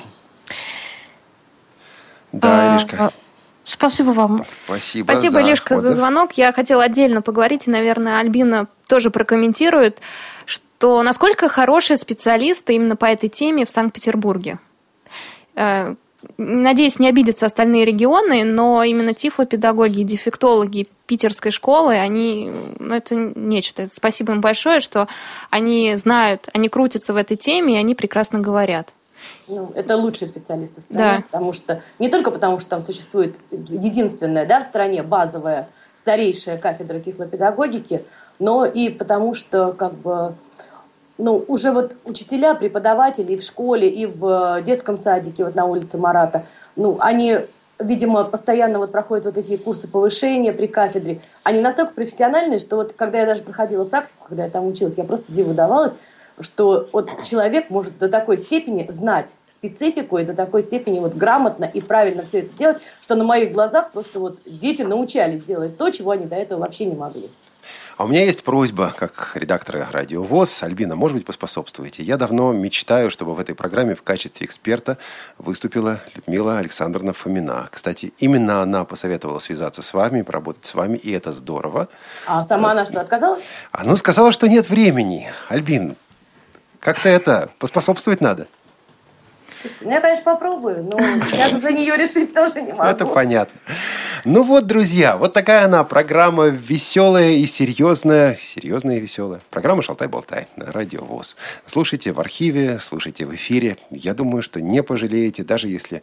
Да, Илишка. Спасибо вам. Спасибо, Илишка, за звонок. Я хотела отдельно поговорить, и, наверное, Альбина тоже прокомментирует, что насколько хорошие специалисты именно по этой теме в Санкт-Петербурге. Надеюсь, не обидятся остальные регионы, но именно тифлопедагоги и дефектологи питерской школы, это нечто. Спасибо им большое, что они знают, они крутятся в этой теме, и они прекрасно говорят. Это лучшие специалисты в стране, потому что не только потому, что там существует единственная, да, в стране базовая, старейшая кафедра тифлопедагогики, но и потому что уже вот учителя, преподаватели и в школе, и в детском садике, вот на улице Марата, они, видимо, постоянно проходят вот эти курсы повышения при кафедре. Они настолько профессиональные, что вот когда я даже проходила практику, когда я там училась, я просто диву давалась, что вот человек может до такой степени знать специфику и до такой степени грамотно и правильно все это делать, что на моих глазах просто дети научались делать то, чего они до этого вообще не могли. А у меня есть просьба, как редактора Радио ВОС. Альбина, может быть, поспособствуете? Я давно мечтаю, чтобы в этой программе в качестве эксперта выступила Людмила Александровна Фомина. Кстати, именно она посоветовала связаться с вами, поработать с вами, и это здорово. А сама она что, отказалась? Она сказала, что нет времени. Альбин, как-то поспособствовать надо. Слушайте, я, конечно, попробую, но я же за нее решить тоже не могу. Это понятно. Друзья, вот такая она программа веселая и серьезная. Серьезная и веселая. Программа «Шалтай-Болтай» на Радио ВОС. Слушайте в архиве, слушайте в эфире. Я думаю, что не пожалеете, даже если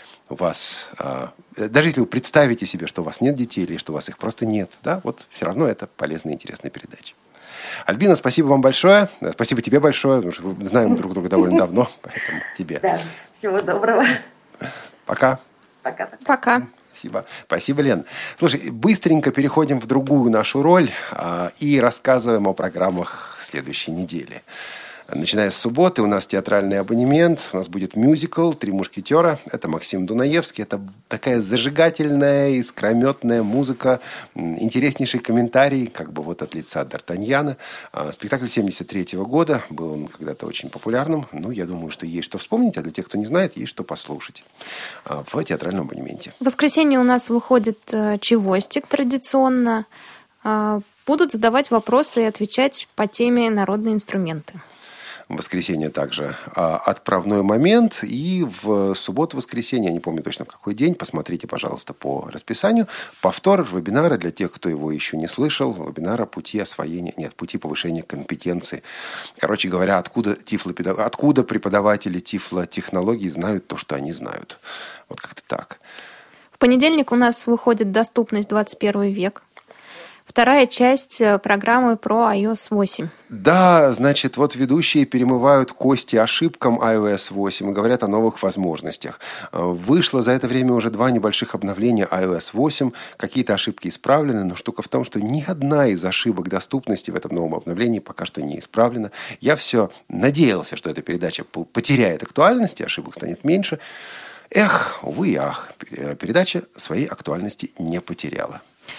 вы представите себе, что у вас нет детей или что у вас их просто нет. Да, все равно это полезная и интересная передача. Альбина, спасибо вам большое. Спасибо тебе большое, потому что мы знаем друг друга довольно давно. Поэтому тебе. Да, всего доброго. Пока. Пока. Спасибо, Лен. Слушай, быстренько переходим в другую нашу роль и рассказываем о программах следующей недели. Начиная с субботы у нас театральный абонемент, у нас будет мюзикл «Три мушкетера». Это Максим Дунаевский. Это такая зажигательная, искрометная музыка, интереснейший комментарий, от лица Д'Артаньяна. Спектакль 1973 года. Был он когда-то очень популярным. Я думаю, что есть что вспомнить, а для тех, кто не знает, есть что послушать в театральном абонементе. В воскресенье у нас выходит «Чевостик» традиционно. Будут задавать вопросы и отвечать по теме «Народные инструменты». В воскресенье также отправной момент. И в субботу-воскресенье, я не помню точно в какой день, посмотрите, пожалуйста, по расписанию. Повтор вебинара для тех, кто его еще не слышал. Вебинара пути повышения компетенции. Короче говоря, откуда преподаватели тифлотехнологий знают то, что они знают. Вот как-то так. В понедельник у нас выходит «Доступность 21 век». Вторая часть программы про iOS 8. Да, ведущие перемывают кости ошибкам iOS 8 и говорят о новых возможностях. Вышло за это время уже 2 небольших обновления iOS 8. Какие-то ошибки исправлены, но штука в том, что ни одна из ошибок доступности в этом новом обновлении пока что не исправлена. Я все надеялся, что эта передача потеряет актуальность, и ошибок станет меньше. Увы и ах, передача своей актуальности не потеряла.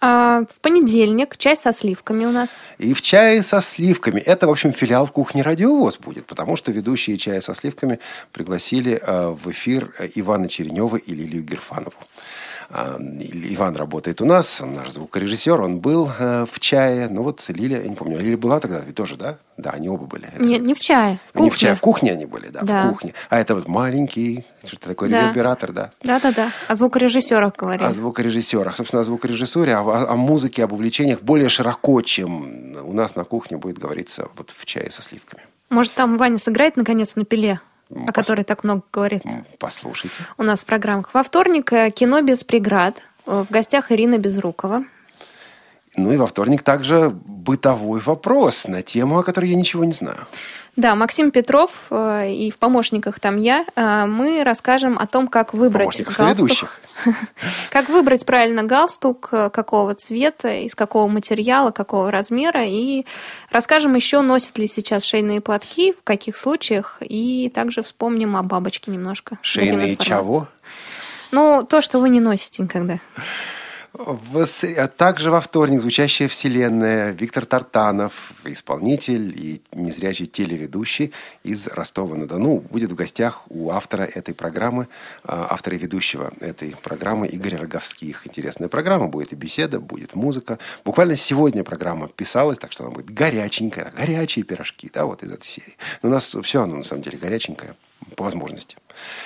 В понедельник чай со сливками у нас. И в чае со сливками. Это, в общем, филиал кухни «Радио ВОС» будет, потому что ведущие чая со сливками пригласили в эфир Ивана Черенева и Лилию Герфанову. Иван работает у нас, он наш звукорежиссер, он был в чае. Ну вот Лилия, я не помню, Лилия была тогда ведь тоже, да? Да, они оба были. Нет, не в чае, в кухне. Не в чае, в кухне они были, да, да. в кухне. А это вот маленький, что-то такое, ревербератор, да? Да. О звукорежиссерах говорим. О звукорежиссерах. Собственно, о звукорежиссуре, о музыке, об увлечениях более широко, чем у нас на кухне будет говориться вот в чае со сливками. Может, там Ваня сыграет, наконец, на пиле? О которой так много говорится. Послушайте. У нас в программах. Во вторник «Кино без преград». В гостях Ирина Безрукова. Ну и во вторник также бытовой вопрос на тему, о которой я ничего не знаю. Да, Максим Петров и в помощниках там я. Мы расскажем о том, как выбрать галстук. Как выбрать правильно галстук, какого цвета, из какого материала, какого размера. И расскажем еще, носят ли сейчас шейные платки, в каких случаях. И также вспомним о бабочке немножко. Шейные чего? Ну, то, что вы не носите никогда. Также во вторник «Звучащая вселенная», Виктор Тартанов, исполнитель и незрячий телеведущий из Ростова-на-Дону, будет в гостях у автора этой программы, автора и ведущего этой программы Игоря Роговских. Интересная программа, будет и беседа, будет музыка. Буквально сегодня программа писалась, так что она будет горяченькая, горячие пирожки, да, вот из этой серии. Но у нас все оно, на самом деле, горяченькое по возможности.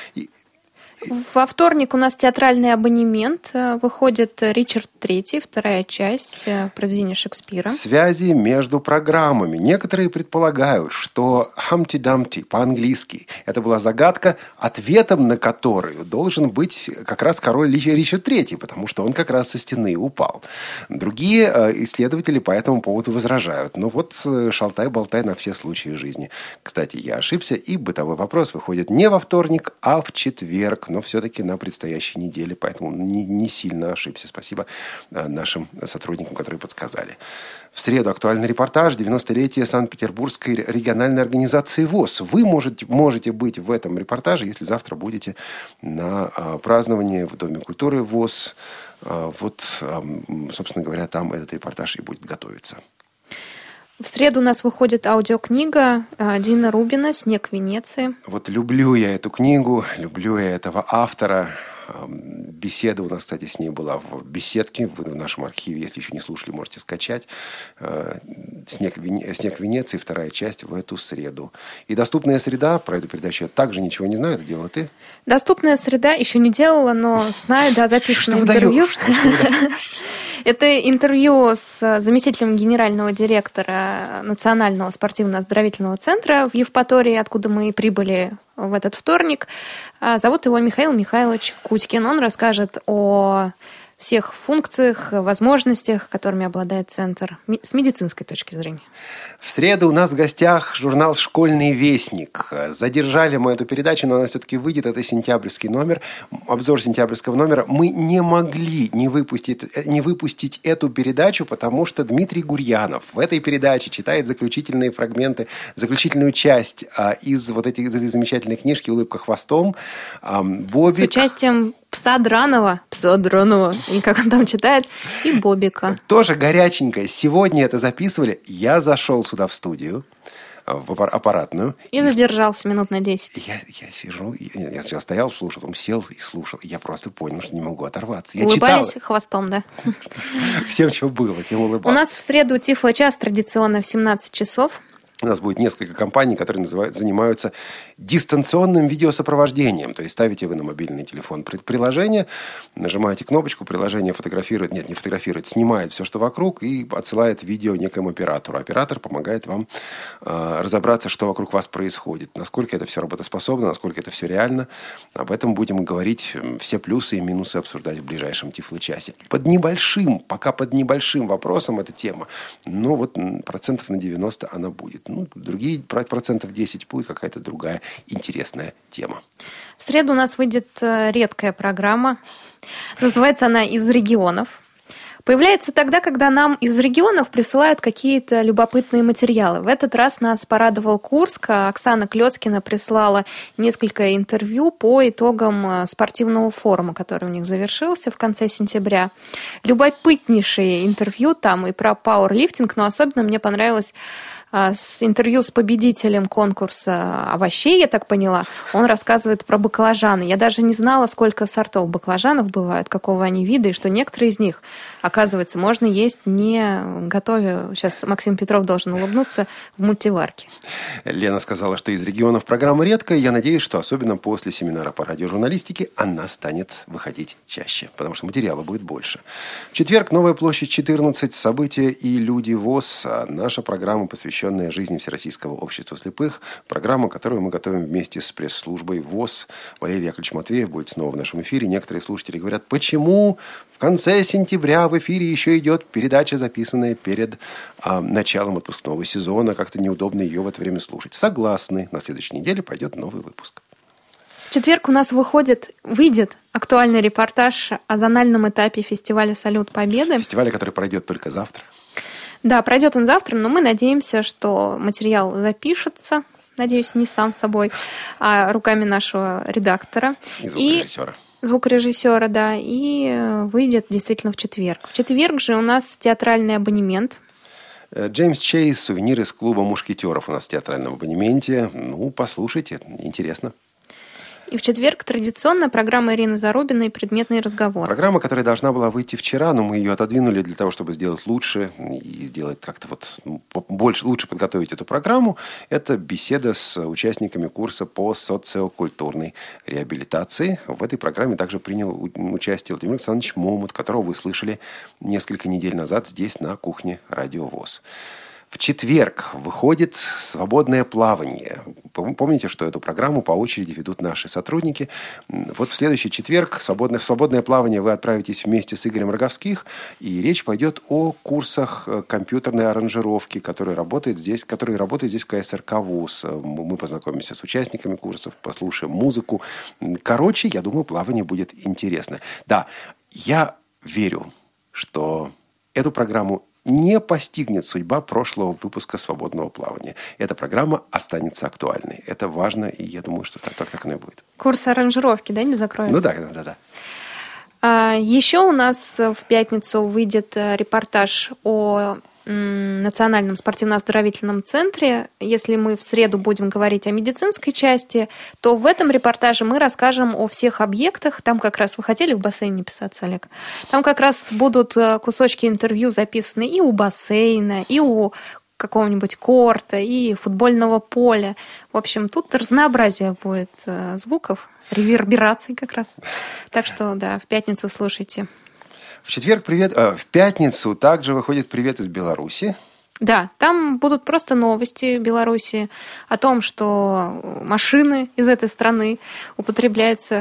Во вторник у нас театральный абонемент. Выходит «Ричард III», вторая часть произведения Шекспира. Связи между программами. Некоторые предполагают, что «Humpty Dumpty» по-английски это была загадка, ответом на которую должен быть как раз король Ричард III, потому что он как раз со стены упал. Другие исследователи по этому поводу возражают. Ну вот шалтай-болтай на все случаи жизни. Кстати, я ошибся, и бытовой вопрос выходит не во вторник, а в четверг. Но все-таки на предстоящей неделе, поэтому не сильно ошибся. Спасибо нашим сотрудникам, которые подсказали. В среду актуальный репортаж 90-летие Санкт-Петербургской региональной организации ВОС. Вы можете быть в этом репортаже, если завтра будете на праздновании в Доме культуры ВОС. Вот, собственно говоря, там этот репортаж и будет готовиться. В среду у нас выходит аудиокнига Дина Рубина «Снег Венеции». Вот люблю я эту книгу, люблю я этого автора. Беседа у нас, кстати, с ней была в беседке. Вы в нашем архиве, если еще не слушали, можете скачать. «Снег Венеции», вторая часть в эту среду. И «Доступная среда», про эту передачу я также ничего не знаю, это делала ты? «Доступная среда» еще не делала, но знаю, да, записано интервью. Это интервью с заместителем генерального директора Национального спортивно-оздоровительного центра в Евпатории, откуда мы прибыли в этот вторник. Зовут его Михаил Михайлович Кузькин. Он расскажет о всех функциях, возможностях, которыми обладает центр с медицинской точки зрения. В среду у нас в гостях журнал «Школьный вестник». Задержали мы эту передачу, но она все-таки выйдет. Это сентябрьский номер, обзор сентябрьского номера. Мы не могли не выпустить эту передачу, потому что Дмитрий Гурьянов в этой передаче читает заключительные фрагменты, заключительную часть из этой замечательной книжки «Улыбка хвостом». Бобик... С участием Пса Дранова, или как он там читает, и Бобика. Тоже горяченькое. Сегодня это записывали. Я зашел сюда в студию, в аппаратную. И задержался минут на 10. Я сижу, я сначала стоял, слушал, потом сел и слушал. Я просто понял, что не могу оторваться. Улыбались хвостом, да? Всем, что было, тем улыбался. У нас в среду Тифло-час традиционно в 17 часов. У нас будет несколько компаний, которые занимаются дистанционным видеосопровождением. То есть ставите вы на мобильный телефон приложение, нажимаете кнопочку, приложение фотографирует, не фотографирует, снимает все, что вокруг, и отсылает видео некому оператору. Оператор помогает вам разобраться, что вокруг вас происходит, насколько это все работоспособно, насколько это все реально. Об этом будем говорить, все плюсы и минусы обсуждать в ближайшем Тифло-часе. Под небольшим вопросом эта тема, но вот процентов на 90 она будет. Ну, другие процентов 10 будет какая-то другая интересная тема. В среду у нас выйдет редкая программа. Называется она «Из регионов». Появляется тогда, когда нам из регионов присылают какие-то любопытные материалы. В этот раз нас порадовал Курск. Оксана Клёцкина прислала несколько интервью по итогам спортивного форума, который у них завершился в конце сентября. Любопытнейшие интервью там и про пауэрлифтинг, но особенно мне понравилось с интервью с победителем конкурса овощей, я так поняла. Он рассказывает про баклажаны. Я даже не знала, сколько сортов баклажанов бывают, какого они вида, и что некоторые из них, оказывается, можно есть не готовя. Сейчас Максим Петров должен улыбнуться в мультиварке. Лена сказала, что из регионов программа редкая. Я надеюсь, что особенно после семинара по радиожурналистике она станет выходить чаще, потому что материала будет больше. В четверг, Новая площадь, 14, события и люди ВОС. Наша программа, посвященная жизни Всероссийского общества слепых. Программа, которую мы готовим вместе с пресс-службой ВОС. Валерий Яковлевич Матвеев будет снова в нашем эфире. Некоторые слушатели говорят, почему в конце сентября в эфире еще идет передача, записанная перед началом отпускного сезона. Как-то неудобно ее в это время слушать. Согласны. На следующей неделе пойдет новый выпуск. В четверг у нас выйдет актуальный репортаж о зональном этапе фестиваля «Салют Победы». Фестиваля, который пройдет только завтра. Да, пройдет он завтра, но мы надеемся, что материал запишется, надеюсь, не сам собой, а руками нашего редактора. И звукорежиссера. Звукорежиссера, да, и выйдет действительно в четверг. В четверг же у нас театральный абонемент. Джеймс Чейз, сувенир из клуба мушкетеров у нас в театральном абонементе. Ну, послушайте, интересно. И в четверг традиционная программа Ирины Зарубиной «Предметный разговор». Программа, которая должна была выйти вчера, но мы ее отодвинули для того, чтобы сделать лучше и сделать как-то лучше подготовить эту программу. Это беседа с участниками курса по социокультурной реабилитации. В этой программе также принял участие Владимир Александрович Момут, которого вы слышали несколько недель назад здесь на кухне Радио ВОС. В четверг выходит «Свободное плавание». Помните, что эту программу по очереди ведут наши сотрудники. Вот в следующий четверг в «Свободное плавание» вы отправитесь вместе с Игорем Роговских, и речь пойдет о курсах компьютерной аранжировки, которые работают здесь в КСРК ВУЗ. Мы познакомимся с участниками курсов, послушаем музыку. Короче, я думаю, плавание будет интересно. Да, я верю, что эту программу не постигнет судьба прошлого выпуска «Свободного плавания». Эта программа останется актуальной. Это важно, и я думаю, что так оно и будет. Курс аранжировки, да, не закроется? Ну да. Еще у нас в пятницу выйдет репортаж о Национальном спортивно-оздоровительном центре. Если мы в среду будем говорить о медицинской части, то в этом репортаже мы расскажем о всех объектах. Там как раз вы хотели в бассейне писаться, Олег? Там как раз будут кусочки интервью записаны и у бассейна, и у какого-нибудь корта, и футбольного поля. В общем, тут разнообразие будет звуков, ревербераций как раз. Так что, да, в пятницу слушайте. В пятницу также выходит «Привет из Беларуси». Да, там будут просто новости Беларуси о том, что машины из этой страны используются,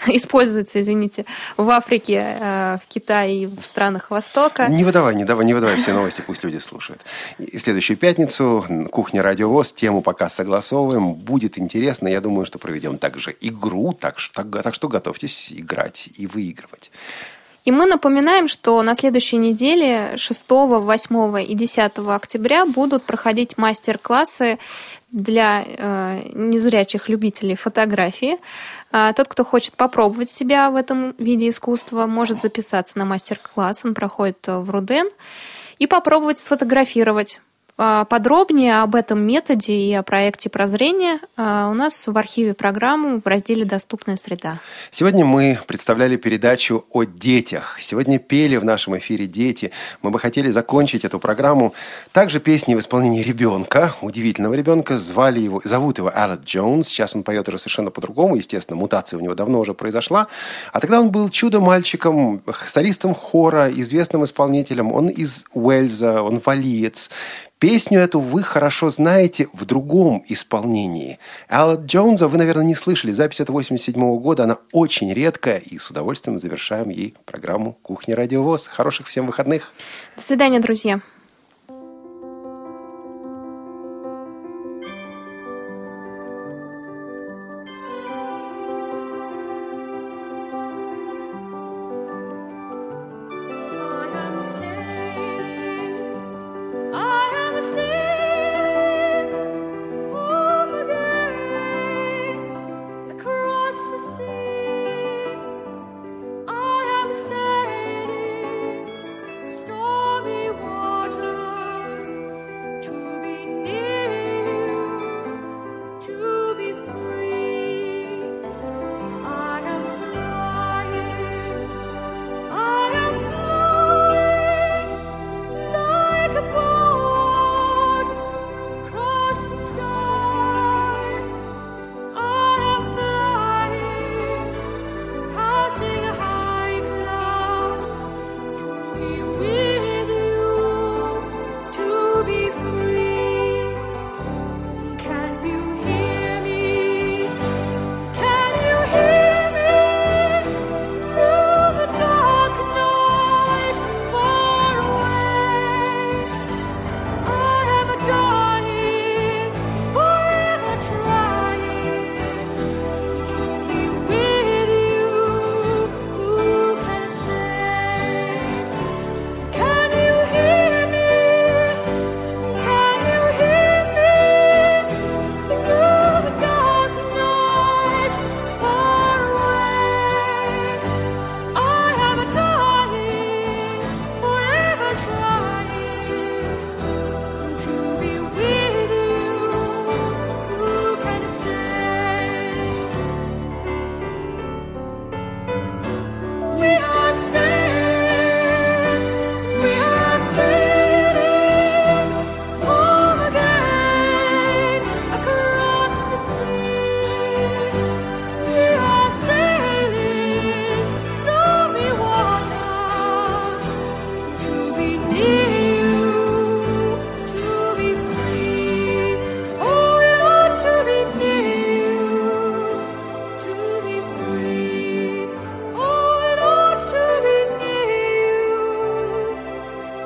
в Африке, в Китае и в странах Востока. Не выдавай все новости, пусть люди слушают. И в следующую пятницу кухня Радио ВОС, тему пока согласовываем. Будет интересно, я думаю, что проведем также игру, так что готовьтесь играть и выигрывать. И мы напоминаем, что на следующей неделе 6, 8 и 10 октября будут проходить мастер-классы для незрячих любителей фотографии. Тот, кто хочет попробовать себя в этом виде искусства, может записаться на мастер-класс. Он проходит в Руден. И попробовать сфотографировать. Подробнее об этом методе и о проекте «Прозрение» у нас в архиве программы в разделе «Доступная среда». Сегодня мы представляли передачу о детях. Сегодня пели в нашем эфире дети. Мы бы хотели закончить эту программу также песней в исполнении ребенка, удивительного ребенка. Зовут его Алек Джонс. Сейчас он поет уже совершенно по-другому. Естественно, мутация у него давно уже произошла. А тогда он был чудо-мальчиком, солистом хора, известным исполнителем. Он из Уэльза, он валиец. Песню эту вы хорошо знаете в другом исполнении. Алек Джонса вы, наверное, не слышали. Запись от 1987 года. Она очень редкая. И с удовольствием завершаем ей программу «Кухня Радио ВОС». Хороших всем выходных. До свидания, друзья. I am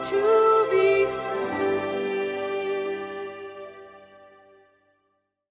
true.